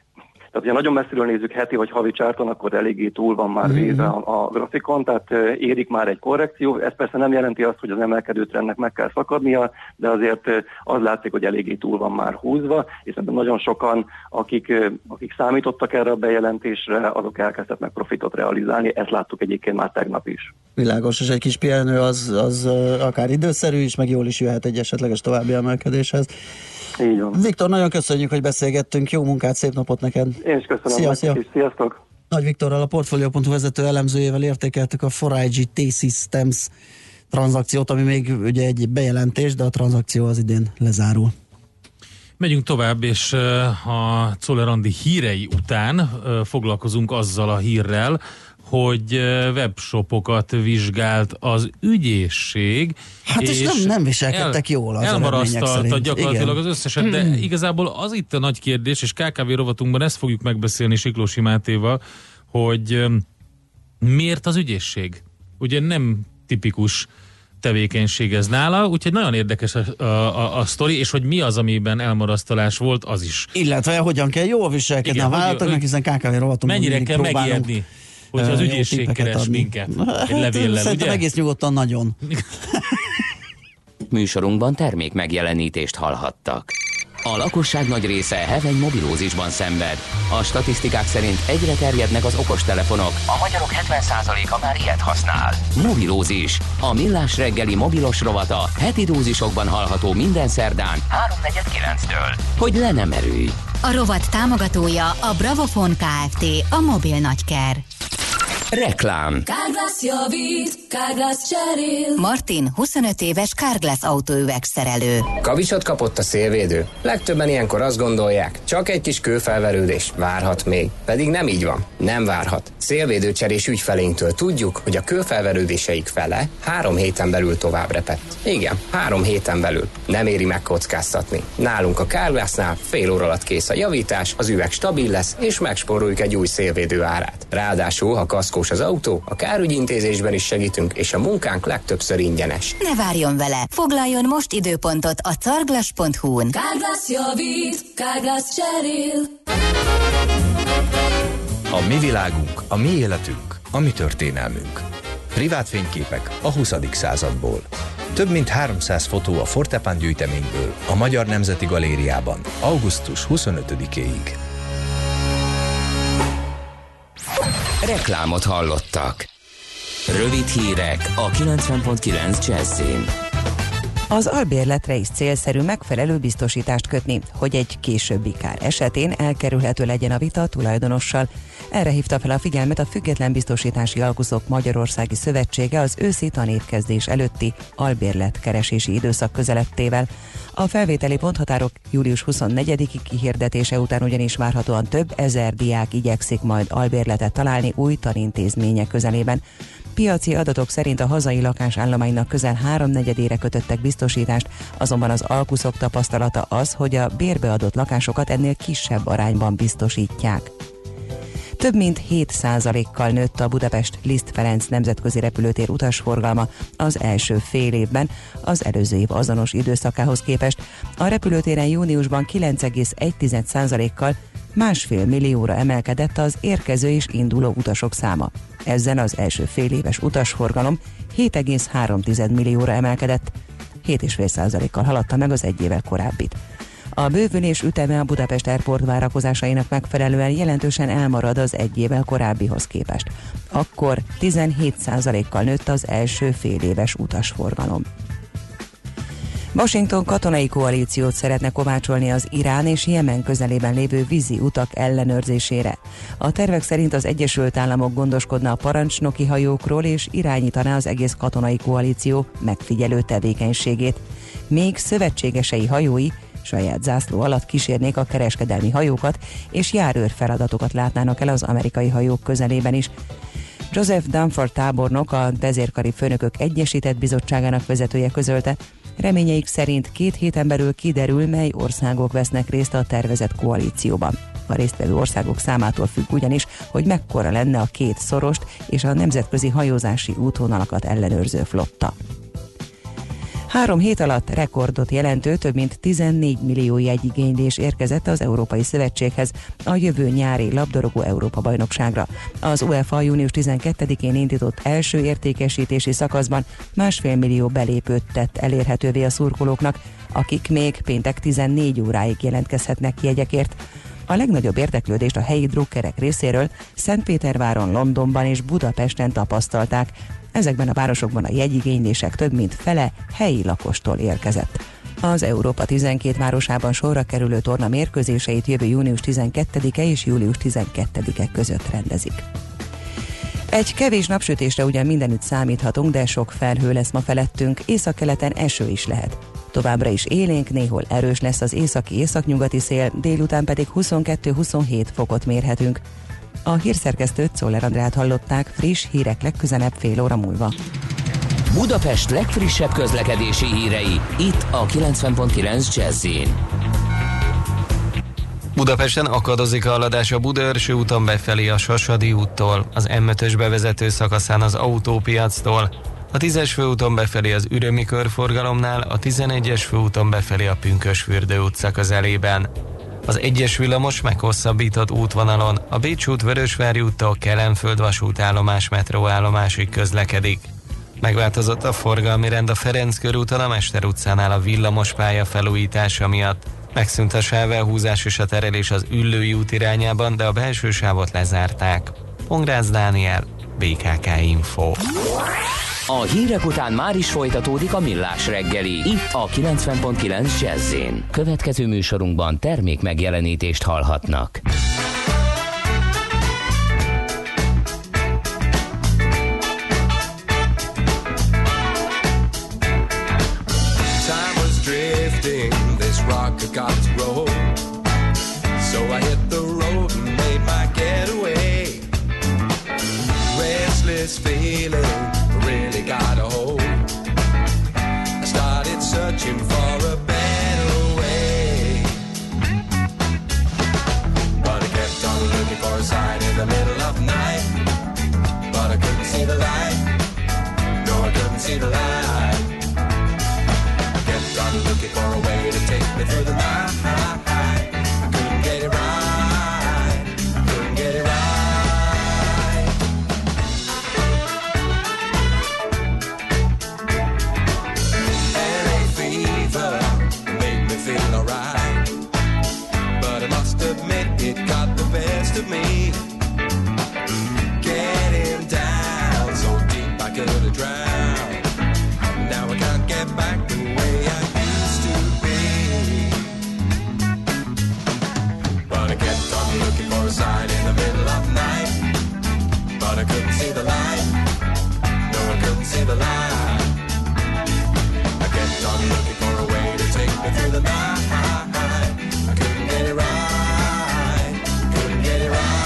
Tehát, ha nagyon messziről nézzük heti vagy havi csárton, akkor eléggé túl van már véve a, a grafikon, tehát érik már egy korrekció. Ez persze nem jelenti azt, hogy az emelkedő trendnek meg kell szakadnia, de azért az látszik, hogy eléggé túl van már húzva, és szerintem nagyon sokan, akik, akik számítottak erre a bejelentésre, azok elkezdtek profitot realizálni. Ezt láttuk egyébként már tegnap is. Világos, és egy kis pihenő az, az akár időszerű is, meg jól is jöhet egy esetleges további emelkedéshez. Így van. Viktor, nagyon köszönjük, hogy beszélgettünk, jó munkát, szép napot neked! Én is köszönöm. Szia, szia. Is. Sziasztok! Nagy Viktorral, a Portfolio pont hu vezető elemzőjével értékeltük a négy i gé T-Systems tranzakciót, ami még ugye egy bejelentés, de a tranzakció az idén lezárul. Megyünk tovább, és a Czoller Andi hírei után foglalkozunk azzal a hírrel, hogy webshopokat vizsgált az ügyészség. Hát és, és nem, nem viselkedtek el, jól az elmarasztalta gyakorlatilag igen. az összeset, de hmm. igazából az itt a nagy kérdés, és ká ká vé rovatunkban ezt fogjuk megbeszélni Siklósi Mátéval, hogy miért az ügyészség? Ugye nem tipikus tevékenység ez nála, úgyhogy nagyon érdekes a, a, a, a sztori, és hogy mi az, amiben elmarasztalás volt, az is. Illetve hogyan kell jól viselkedni a vállalatoknak, hiszen ká ká vé rovatunkban mennyire kell megijedni, hogy az ügyészség keres minket egy levéllel, szerintem ugye? Egész nyugodtan nagyon. Műsorunkban termék megjelenítést hallhattak. A lakosság nagy része heveny mobilózisban szenved. A statisztikák szerint egyre terjednek az okostelefonok. A magyarok hetven százaléka már ilyet használ. Mobilózis. A millás reggeli mobilos rovata heti dózisokban hallható minden szerdán háromnegyed kilenctől. Hogy le nem erőj. A rovat támogatója a Bravofon Kft. A mobil nagyker. Reklám. Carglass javít, Carglass cserél. Martin, huszonöt éves Carglass autóüvegszerelő. Kavicsot kapott a szélvédő? Legtöbben ilyenkor azt gondolják, csak egy kis kőfelverődés, várhat még. Pedig nem így van, nem várhat. Szélvédőcserés ügyfelénktől tudjuk, hogy a kőfelverődéseik fele három héten belül tovább repett. Igen, három héten belül. Nem éri megkockáztatni. Nálunk a Carglassnál fél óra alatt kész a javítás, az üveg stabil lesz, és megspóroljuk egy új szélvédő árát. Ráadásul, ha kaszkós az autó, a kárügyintézésben is segítünk, és a munkánk legtöbbször ingyenes. Ne várjon vele! Foglaljon most időpontot a carglass pont hu-n. Carglass javít, Carglass cserél. A mi világunk, a mi életünk, a mi történelmünk. Privát fényképek a huszadik századból. Több mint háromszáz fotó a Fortepan gyűjteményből a Magyar Nemzeti Galériában augusztus huszonötödikéig. Reklámot hallottak. Rövid hírek a kilencven pont kilenc Jazzin. Az albérletre is célszerű megfelelő biztosítást kötni, hogy egy későbbi kár esetén elkerülhető legyen a vita a tulajdonossal. Erre hívta fel a figyelmet a Független Biztosítási Alkuszok Magyarországi Szövetsége az őszi tanévkezdés előtti albérletkeresési időszak közelettével. A felvételi ponthatárok július huszonnegyediki kihirdetése után ugyanis várhatóan több ezer diák igyekszik majd albérletet találni új tanintézmények közelében. Piaci adatok szerint a hazai lakásállománynak közel háromnegyedére kötöttek biztosítást, azonban az alkuszok tapasztalata az, hogy a bérbeadott lakásokat ennél kisebb arányban biztosítják. Több mint hét százalékkal nőtt a Budapest Liszt Ferenc nemzetközi repülőtér utasforgalma az első fél évben az előző év azonos időszakához képest. A repülőtéren júniusban kilenc egész egy százalékkal másfél millióra emelkedett az érkező és induló utasok száma. Ezzel az első fél éves utasforgalom hét egész három millióra emelkedett, hét egész öt százalékkal haladta meg az egy évvel korábbit. A bővülés üteme a Budapest Airport várakozásainak megfelelően jelentősen elmarad az egy évvel korábbihoz képest. Akkor tizenhét százalékkal nőtt az első fél éves utasforgalom. Washington katonai koalíciót szeretne kovácsolni az Irán és Jemen közelében lévő vízi utak ellenőrzésére. A tervek szerint az Egyesült Államok gondoskodna a parancsnoki hajókról és irányítaná az egész katonai koalíció megfigyelő tevékenységét. Még szövetségesei hajói saját zászló alatt kísérnék a kereskedelmi hajókat, és járőr feladatokat látnának el az amerikai hajók közelében is. Joseph Dunford tábornok, a vezérkari főnökök egyesített bizottságának vezetője közölte, reményeik szerint két héten belül kiderül, mely országok vesznek részt a tervezett koalícióban. A résztvevő országok számától függ ugyanis, hogy mekkora lenne a két szorost és a nemzetközi hajózási útvonalakat ellenőrző flotta. Három hét alatt rekordot jelentő több mint tizennégy millió jegyigénylés érkezett az Európai Szövetséghez a jövő nyári labdarúgó Európa-bajnokságra. Az UEFA június tizenkettedikén indított első értékesítési szakaszban másfél millió belépőt tett elérhetővé a szurkolóknak, akik még péntek tizennégy óráig jelentkezhetnek jegyekért. A legnagyobb érdeklődést a helyi drukkerek részéről Szentpéterváron, Londonban és Budapesten tapasztalták. Ezekben a városokban a jegyigénylések több mint fele helyi lakostól érkezett. Az Európa tizenkét városában sorra kerülő torna mérkőzéseit jövő június tizenkettedike és július tizenkettedike között rendezik. Egy kevés napsütésre ugyan mindenütt számíthatunk, de sok felhő lesz ma felettünk, északkeleten eső is lehet. Továbbra is élénk, néhol erős lesz az északi-északnyugati szél, délután pedig huszonkettő-huszonhét fokot mérhetünk. A hírszerkesztőt, Czoller Andrát hallották, friss hírek legközelebb fél óra múlva. Budapest legfrissebb közlekedési hírei, itt a kilencven pont kilenc Jazz-in. Budapesten akadozik a haladás a Budaörsi úton befelé a Sasadi úttól, az em ötös bevezető szakaszán az Autópiactól, a tízes főúton befelé az Ürömi körforgalomnál, a tizenegyes főúton befelé a Pünkösfürdő utca közelében. Az egyes villamos meghosszabbított útvonalon a Bécs út Vörösvári úttól Kelenföld vasútállomás metróállomásig közlekedik. Megváltozott a forgalmi rend a Ferenc körúton a Mester utcánál a villamospálya felújítása miatt. Megszűnt a sávelhúzás és a terelés az Üllői út irányában, de a belső sávot lezárták. Pongrácz Dániel, bé ká ká Info. A hírek után már is folytatódik a Millás reggeli, itt a kilencven pont kilenc Jazz-in. Következő műsorunkban termék megjelenítést hallhatnak. Rock got to roll, so I hit the road and made my getaway. Restless feeling really got a hold. I started searching for a better way, but I kept on looking for a sign in the middle of the night, but I couldn't see the light. No, I couldn't see the light. I'm looking for a way to take me through the night. I couldn't get it right. I couldn't get it right. L A fever made me feel alright, but I must admit it got the best of me. Getting down so deep I could have drowned. Now I can't get back the way I used to be. But I kept on looking for a sign in the middle of the night, but I couldn't see the light. No, I couldn't see the light. I kept on looking for a way to take me through the night. I couldn't get it right. Couldn't get it right.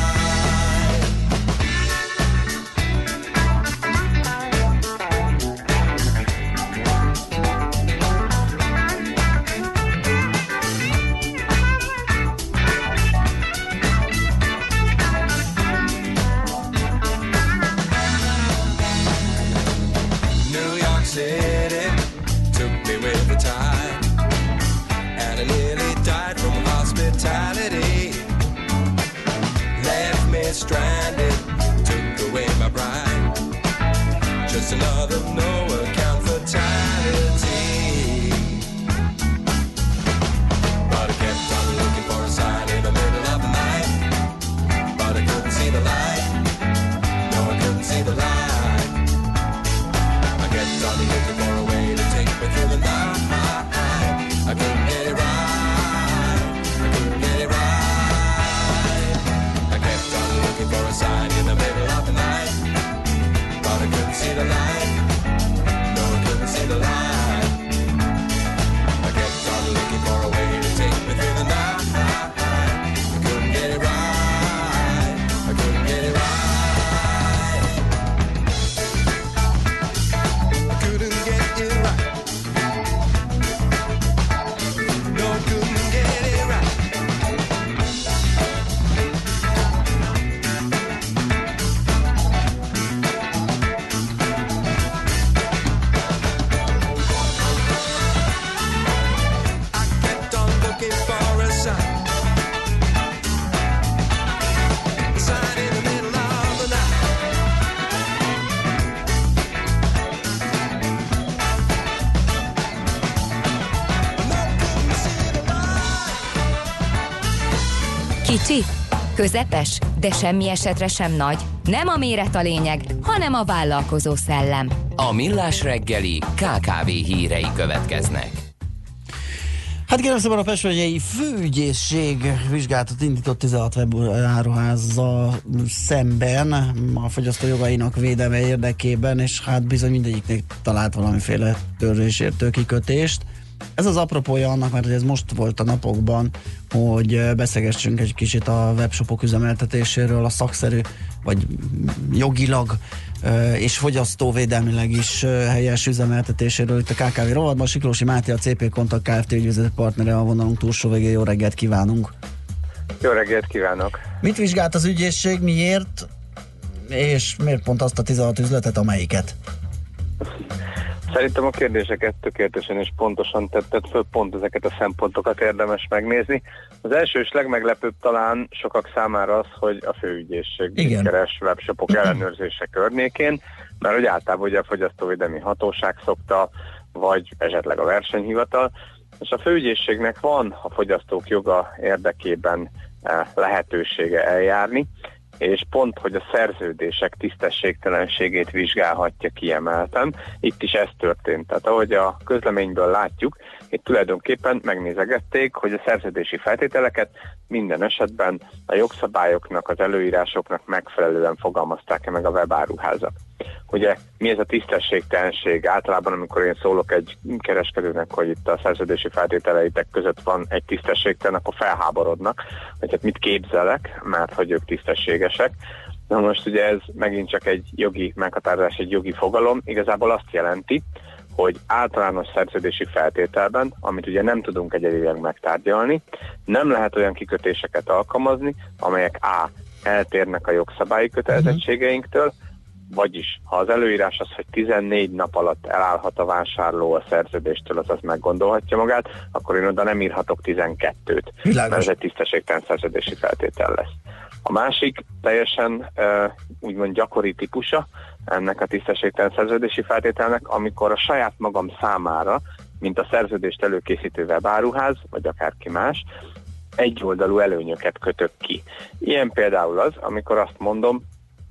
City took me with the tide, and I nearly died from hospitality. Left me stranded, took away my bride. Just another no account fatality. But I kept on looking for a sign in the middle of the night, but I couldn't see the light. No, I couldn't see the light. I'm looking for a way to take me through the night. I couldn't get it right. I couldn't get it right. I kept on looking for a sign in the middle of the night, but I couldn't see the light. Kicsi? Közepes? De semmi esetre sem nagy. Nem a méret a lényeg, hanem a vállalkozó szellem. A Millás reggeli ká ká vé hírei következnek. Hát kérem szépen, a Pest-megyei Főügyészség vizsgálatot indított tizenhat webáruházzal szemben a fogyasztó jogainak védelme érdekében, és hát bizony mindegyiknek talált valamiféle törvénysértő kikötést. Ez az apropója annak, mert ez most volt a napokban, hogy beszélgessünk egy kicsit a webshopok üzemeltetéséről, a szakszerű, vagy jogilag és fogyasztóvédelmileg is helyes üzemeltetéséről itt a ká ká vé rovatban. Siklósi Máté, a cé pé Kontakt Kft. Ügyvezető partnere a vonalunk túlsó végén. Jó reggelt kívánunk! Jó reggelt kívánok! Mit vizsgált az ügyészség, miért, és miért pont azt a tizenhat üzletet, amelyiket? Szerintem a kérdéseket tökéletesen és pontosan tetted föl, pont ezeket a szempontokat érdemes megnézni. Az első és legmeglepőbb talán sokak számára az, hogy a főügyészség keres webshopok ellenőrzése környékén, mert hogy általában ugye a fogyasztóvédelmi hatóság szokta, vagy esetleg a versenyhivatal, és a főügyészségnek van a fogyasztók joga érdekében lehetősége eljárni, és pont, hogy a szerződések tisztességtelenségét vizsgálhatja kiemelten. Itt is ez történt. Tehát ahogy a közleményből látjuk, itt tulajdonképpen megnézegették, hogy a szerződési feltételeket minden esetben a jogszabályoknak, az előírásoknak megfelelően fogalmazták-e meg a webáruházak. Ugye mi ez a tisztességtelenség? Általában, amikor én szólok egy kereskedőnek, hogy itt a szerződési feltételeitek között van egy tisztességtelen, akkor felháborodnak, hogy hát mit képzelek, mert hogy ők tisztességesek. Na most ugye ez megint csak egy jogi meghatározás, egy jogi fogalom, igazából azt jelenti, hogy általános szerződési feltételben, amit ugye nem tudunk egyedileg megtárgyalni, nem lehet olyan kikötéseket alkalmazni, amelyek A. eltérnek a jogszabályi kötelezettségeinktől, vagyis ha az előírás az, hogy tizennégy nap alatt elállhat a vásárló a szerződéstől, azaz meggondolhatja magát, akkor én oda nem írhatok tizenkettőt, Világos. Mert ez egy tisztességtelen szerződési feltétel lesz. A másik teljesen uh, úgymond gyakori típusa ennek a tisztességtelen szerződési feltételnek, amikor a saját magam számára, mint a szerződést előkészítő webáruház, vagy akárki más, egyoldalú előnyöket kötök ki. Ilyen például az, amikor azt mondom,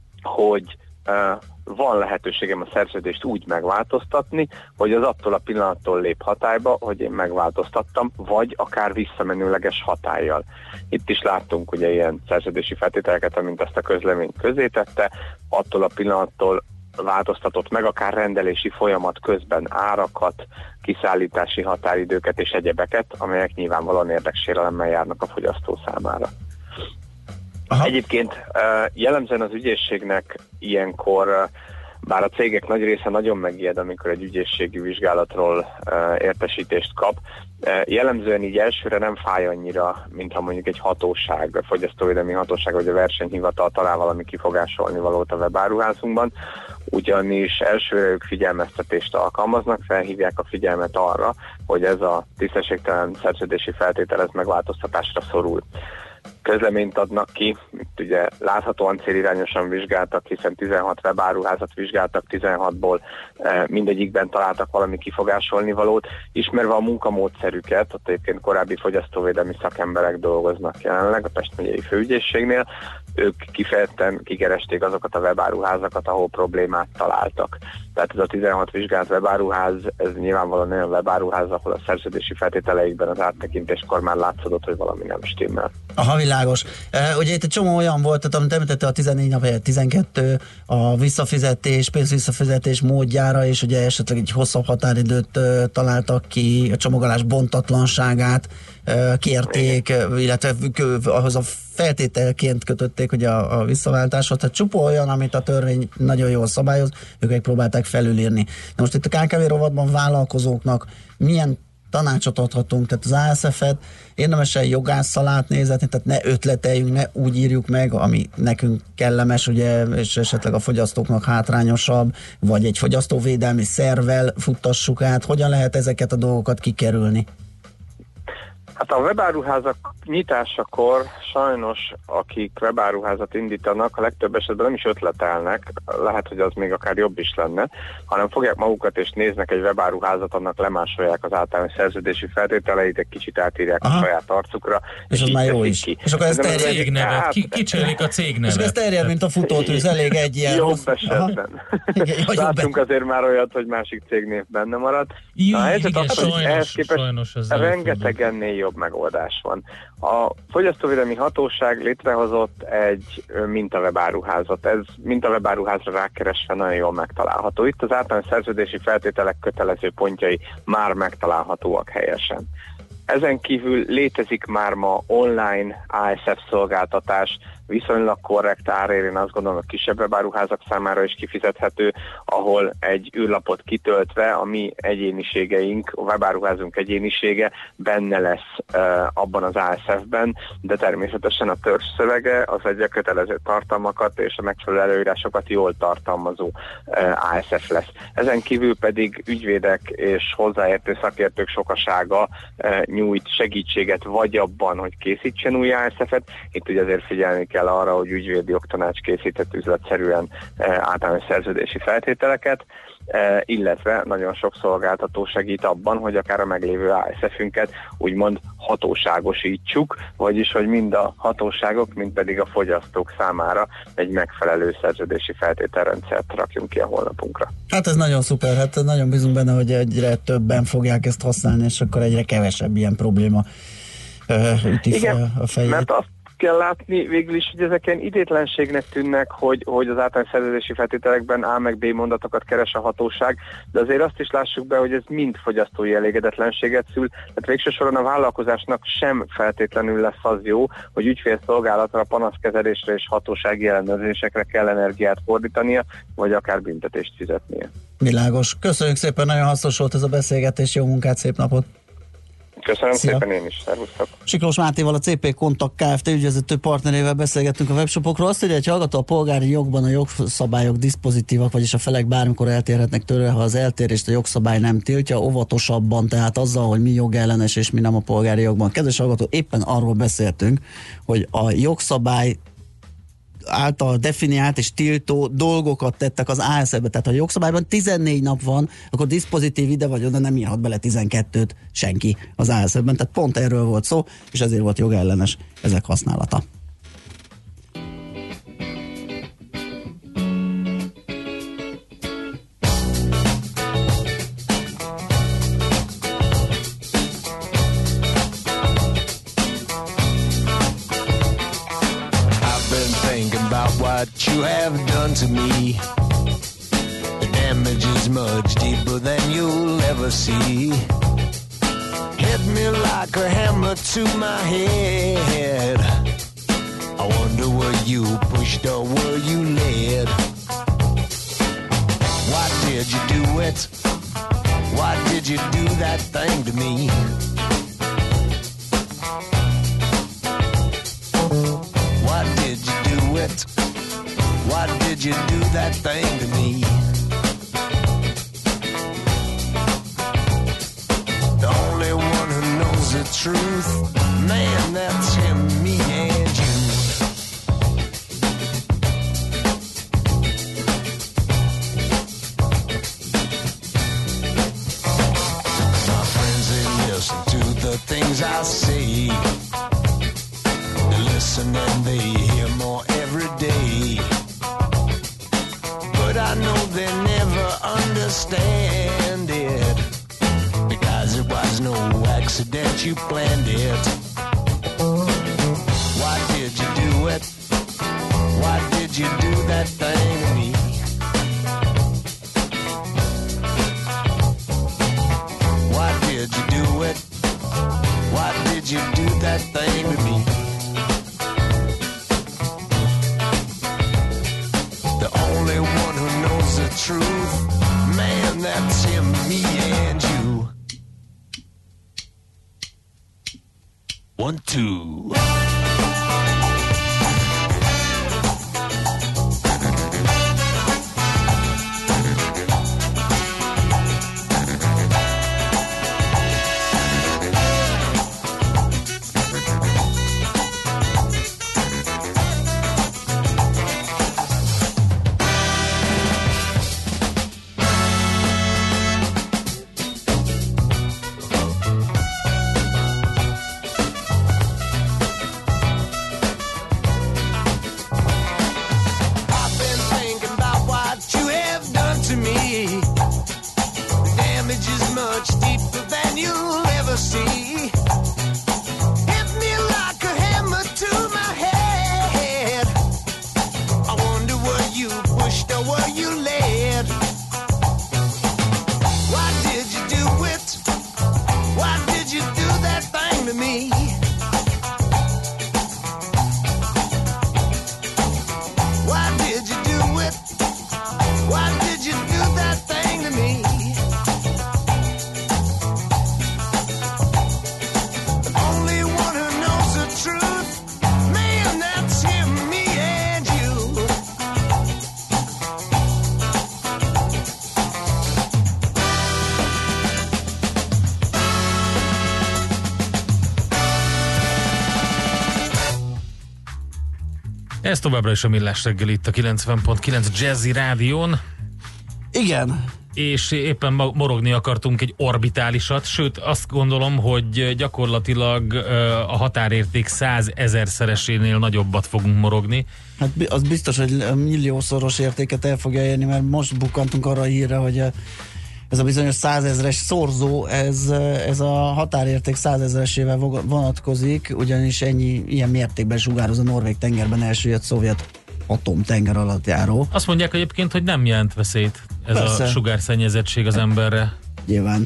hogy uh, van lehetőségem a szerződést úgy megváltoztatni, hogy az attól a pillanattól lép hatályba, hogy én megváltoztattam, vagy akár visszamenőleges hatállyal. Itt is láttunk ugye ilyen szerződési feltételeket, amint azt a közlemény közzétette, attól a pillanattól változtatott meg akár rendelési folyamat közben árakat, kiszállítási határidőket és egyebeket, amelyek nyilvánvalóan érdeksérelemmel járnak a fogyasztó számára. Aha. Egyébként jellemzően az ügyészségnek ilyenkor, bár a cégek nagy része nagyon megijed, amikor egy ügyészségi vizsgálatról értesítést kap, jellemzően így elsőre nem fáj annyira, mint ha mondjuk egy hatóság, a fogyasztóvédelmi hatóság vagy a versenyhivatal talál valami kifogásolni valót a webáruházunkban, ugyanis elsőre ők figyelmeztetést alkalmaznak, felhívják a figyelmet arra, hogy ez a tisztességtelen szerződési feltétel ez megváltoztatásra szorul. Közleményt adnak ki, itt ugye láthatóan célirányosan vizsgáltak, hiszen tizenhat webáruházat vizsgáltak, tizenhatból e, mindegyikben találtak valami kifogásolni valót. Ismerve a munkamódszerüket, ott egyébként korábbi fogyasztóvédelmi szakemberek dolgoznak jelenleg a Pest-megyei Főügyészségnél, ők kifejezetten kikeresték azokat a webáruházakat, ahol problémát találtak. Tehát ez a tizenhat vizsgált webáruház, ez nyilvánvalóan olyan webáruház, ahol a szerződési feltételeikben az áttekintéskor már látszódott, hogy valami nem stimmel. Aha, világos. E, ugye itt egy csomó olyan volt, tehát amit említette, a tizennégy nap helyett tizenkettő, a visszafizetés, pénzvisszafizetés módjára, és ugye esetleg egy hosszabb határidőt e, találtak ki, a csomagolás bontatlanságát e, kérték, e, illetve ahhoz a feltételként kötötték, hogy a, a visszaváltásot, tehát csupa olyan, amit a törvény nagyon jól szabályoz, ők megpróbálták felülírni. De most itt a ká ká vé rovatban vállalkozóknak milyen tanácsot adhatunk, tehát az á es ef-et érdemesen jogásszal átnézetni, tehát ne ötleteljünk, ne úgy írjuk meg, ami nekünk kellemes, ugye, és esetleg a fogyasztóknak hátrányosabb, vagy egy fogyasztóvédelmi szervvel futtassuk át. Hogyan lehet ezeket a dolgokat kikerülni? Hát a webáruházak nyitásakor sajnos, akik webáruházat indítanak, a legtöbb esetben nem is ötletelnek, lehet, hogy az még akár jobb is lenne, hanem fogják magukat és néznek egy webáruházat, annak lemásolják az általános szerződési feltételeit, egy kicsit átírják Aha. a saját arcukra. És, és az már jó is. Ki. És akkor ez terjed, cégnevet, ki, kicserélik a cégnevet. És ez terjed, mint a futótűz, elég egy ilyen jobb rossz. esetben. Látunk azért már olyat, hogy másik cégnév benne maradt. Jú, Na, igen, az, sajnos, ehhez képest sajnos ez rengeteg ennél jobb megoldás van. A Fogyasztóvédelmi Hatóság létrehozott egy mintawebáruházat. Ez mintawebáruházra rákeresve nagyon jól megtalálható. Itt az általános szerződési feltételek kötelező pontjai már megtalálhatóak helyesen. Ezen kívül létezik már ma online á es ef szolgáltatás, viszonylag korrekt árért, én azt gondolom, hogy kisebb webáruházak számára is kifizethető, ahol egy űrlapot kitöltve a mi egyéniségeink, a webáruházunk egyénisége benne lesz e, abban az á es ef-ben, de természetesen a törzs szövege az egy kötelező tartalmakat és a megfelelő előírásokat jól tartalmazó e, á es ef lesz. Ezen kívül pedig ügyvédek és hozzáértő szakértők sokasága e, nyújt segítséget vagy abban, hogy készítsen új á es ef-et, itt ugye azért figyelni kell arra, hogy ügyvédi jogtanács készített üzletszerűen e, általános szerződési feltételeket, e, illetve nagyon sok szolgáltató segít abban, hogy akár a meglévő á es ef-ünket úgymond hatóságosítsuk, vagyis hogy mind a hatóságok, mind pedig a fogyasztók számára egy megfelelő szerződési feltételrendszert rakjunk ki a honlapunkra. Hát ez nagyon szuper, hát nagyon bízunk benne, hogy egyre többen fogják ezt használni, és akkor egyre kevesebb ilyen probléma uh, üti Igen, a fejét. Mert azt kell látni végül is, hogy ezek ilyen idétlenségnek tűnnek, hogy, hogy az általános szerződési feltételekben A meg B mondatokat keres a hatóság, de azért azt is lássuk be, hogy ez mind fogyasztói elégedetlenséget szül, tehát végső soron a vállalkozásnak sem feltétlenül lesz az jó, hogy ügyfélszolgálatra, panaszkezelésre és hatósági ellenőrzésekre kell energiát fordítania, vagy akár büntetést fizetnie. Világos. Köszönjük szépen, nagyon hasznos volt ez a beszélgetés, jó munkát, szép napot! Köszönöm Szia. szépen, én is. Szervusztok. Siklós Mátéval, a cé pé Kontakt Kft. Ügyvezető partnerével beszélgettünk a webshopokról. Azt írja, hogy hallgató, a polgári jogban a jogszabályok diszpozitívak, vagyis a felek bármikor eltérhetnek tőle, ha az eltérést a jogszabály nem tiltja, óvatosabban, tehát azzal, hogy mi jogellenes és mi nem a polgári jogban. Kedves hallgató, éppen arról beszéltünk, hogy a jogszabály által definiált és tiltó dolgokat tettek az á es ef-be, tehát ha a jogszabályban tizennégy nap van, akkor diszpozitív ide vagy oda nem írhat bele tizenkettőt senki az á es ef-ben, tehát pont erről volt szó, és ezért volt jogellenes ezek használata. What you have done to me, the damage is much deeper than you'll ever see. Hit me like a hammer to my head. I wonder were you pushed or were you led? Why did you do it? Why did you do that thing to me? Why did you do it? Why did you do that thing to me? The only one who knows the truth, man, that's him, me and you. My friends, they listen to the things I say. They listen and they hear more every day. But I know they never understand it, because it was no accident, you planned it. Why did you do it? Why did you do that thing to me? Why did you do it? Why did you do that thing to me? The truth, man, that's him, me and you. One, two. Why did you do that thing to me? The only one who knows the truth, man, that's him, me and you. Ez továbbra is a Millás reggel itt a kilencven pont kilenc Jazzy Rádión. Igen. És éppen morogni akartunk egy orbitálisat, sőt azt gondolom, hogy gyakorlatilag a határérték százezerszeresénél nagyobbat fogunk morogni. Hát az biztos, hogy milliószoros értéket el fogja érni, mert most bukkantunk arra a hírre, hogy ez a bizonyos százezres szorzó, ez, ez a határérték százezresével vonatkozik, ugyanis ennyi ilyen mértékben sugároz a Norvég tengerben elsüllyedt szovjet atomtenger alattjáró. Azt mondják egyébként, hogy nem jelent veszélyt ez Persze. a sugárszennyezettség az emberre. Nyilván.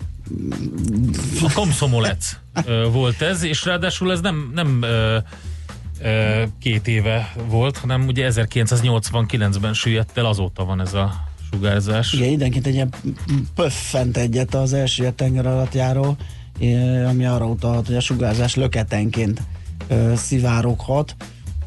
A Komszomolec volt ez, és ráadásul ez nem, nem ö, ö, két éve volt, hanem ugye ezerkilencszáznyolcvankilencben süllyedt el, azóta van ez a sugárzás. Igen, időnként egy ilyen pöffent egyet az elsüllyedt tenger alattjáró, ami arra utalhat, hogy a sugárzás löketenként ö, szivároghat,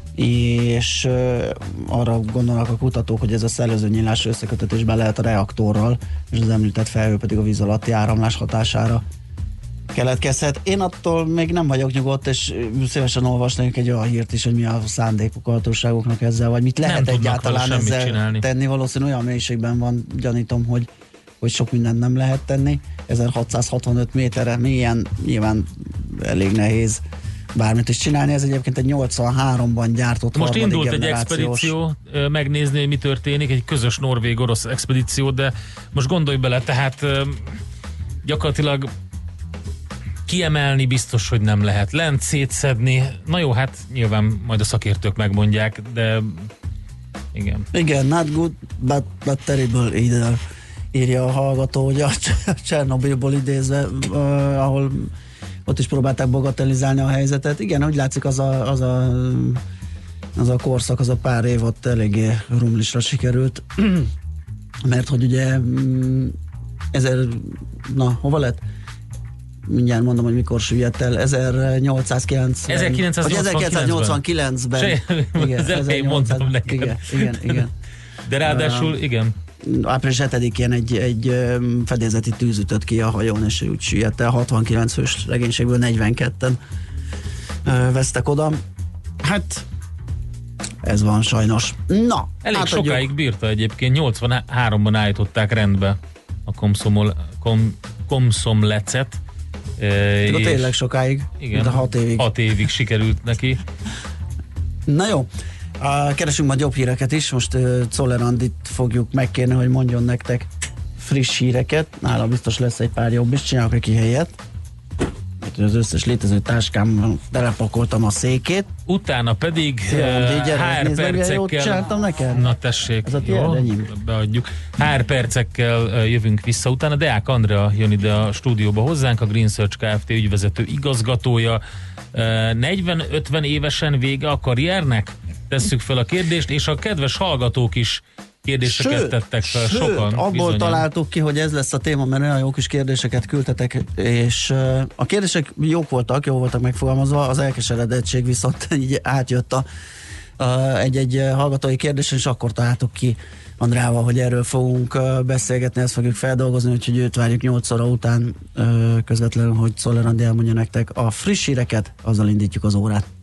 és uh, arra gondolnak a kutatók, hogy ez a szellőzőnyílás összekötetésben lehet a reaktorral, és az említett felhő pedig a víz alatti áramlás hatására keletkezhet. Én attól még nem vagyok nyugodt, és szívesen olvasnék egy olyan hírt is, hogy mi a szándékuk a hatóságoknak ezzel, vagy mit lehet nem egyáltalán ezzel csinálni. tenni. Valószínűleg olyan mélységben van, gyanítom, hogy, hogy sok mindent nem lehet tenni. ezerhatszázhatvanöt méterre mélyen nyilván elég nehéz bármit is csinálni. Ez egyébként egy nyolcvanháromban gyártott most harmadik indult egy generációs... expedíció megnézni, hogy mi történik, egy közös norvég-orosz expedíció, de most gondolj bele, tehát gyakorlatilag kiemelni biztos, hogy nem lehet. Lent szétszedni, na jó, hát nyilván majd a szakértők megmondják, de igen. Igen, not good, but, but terrible either, írja a hallgató, hogy a Csernobilból idézve, uh, ahol ott is próbálták bagatelizálni a helyzetet. Igen, úgy látszik, az a, az a, az a korszak, az a pár év ott eléggé rumlisra sikerült, mert hogy ugye ezer, na, hova lett? Mindjárt mondom, hogy mikor süllyedt el. ezernyolcszázkilencven ezerkilencszáznyolcvankilencben. Igen, ezerkilencszáznyolcvankilencben. Mondtam neked. Igen, igen, igen. De ráadásul, uh, igen. április hetedikén egy, egy fedélzeti tűz ütött ki a hajón, és úgy süllyedt el. hatvankilenc fős legénységből negyvenketten vesztek oda. Hát ez van sajnos. Na, elég átadjuk. Sokáig bírta egyébként, nyolcvanháromban állították rendbe a komszomol, kom, komszomlecet. E, tényleg sokáig, igen, de hat évig. Hat évig sikerült neki. Na jó, uh, keresünk majd jobb híreket is. Most uh, Czoller Andit fogjuk megkérni, hogy mondjon nektek friss híreket. Nála biztos lesz egy pár jobb is, csinálok neki helyet. Az összes létező táskám telepakoltam a székét. Utána pedig uh, hár percekkel... Na tessék, jó, beadjuk. Hár percekkel uh, jövünk vissza. Utána Deák Andrea jön ide a stúdióba hozzánk, a Green Search Kft. Ügyvezető igazgatója. Uh, negyven-ötven évesen vége a karriernek? Tesszük fel a kérdést, és a kedves hallgatók is kérdéseket sőt, tettek fel, sőt, sokan. abból bizonyan. Találtuk ki, hogy ez lesz a téma, mert olyan jó kis kérdéseket küldtetek, és uh, a kérdések jók voltak, jó voltak megfogalmazva, az elkeseredettség viszont így átjött a, uh, egy-egy hallgatói kérdésen, és akkor találtuk ki Andrával, hogy erről fogunk uh, beszélgetni, ezt fogjuk feldolgozni, úgyhogy őt várjuk nyolc óra után uh, közvetlenül, hogy Czoller Andi elmondja nektek a friss híreket, azzal indítjuk az órát.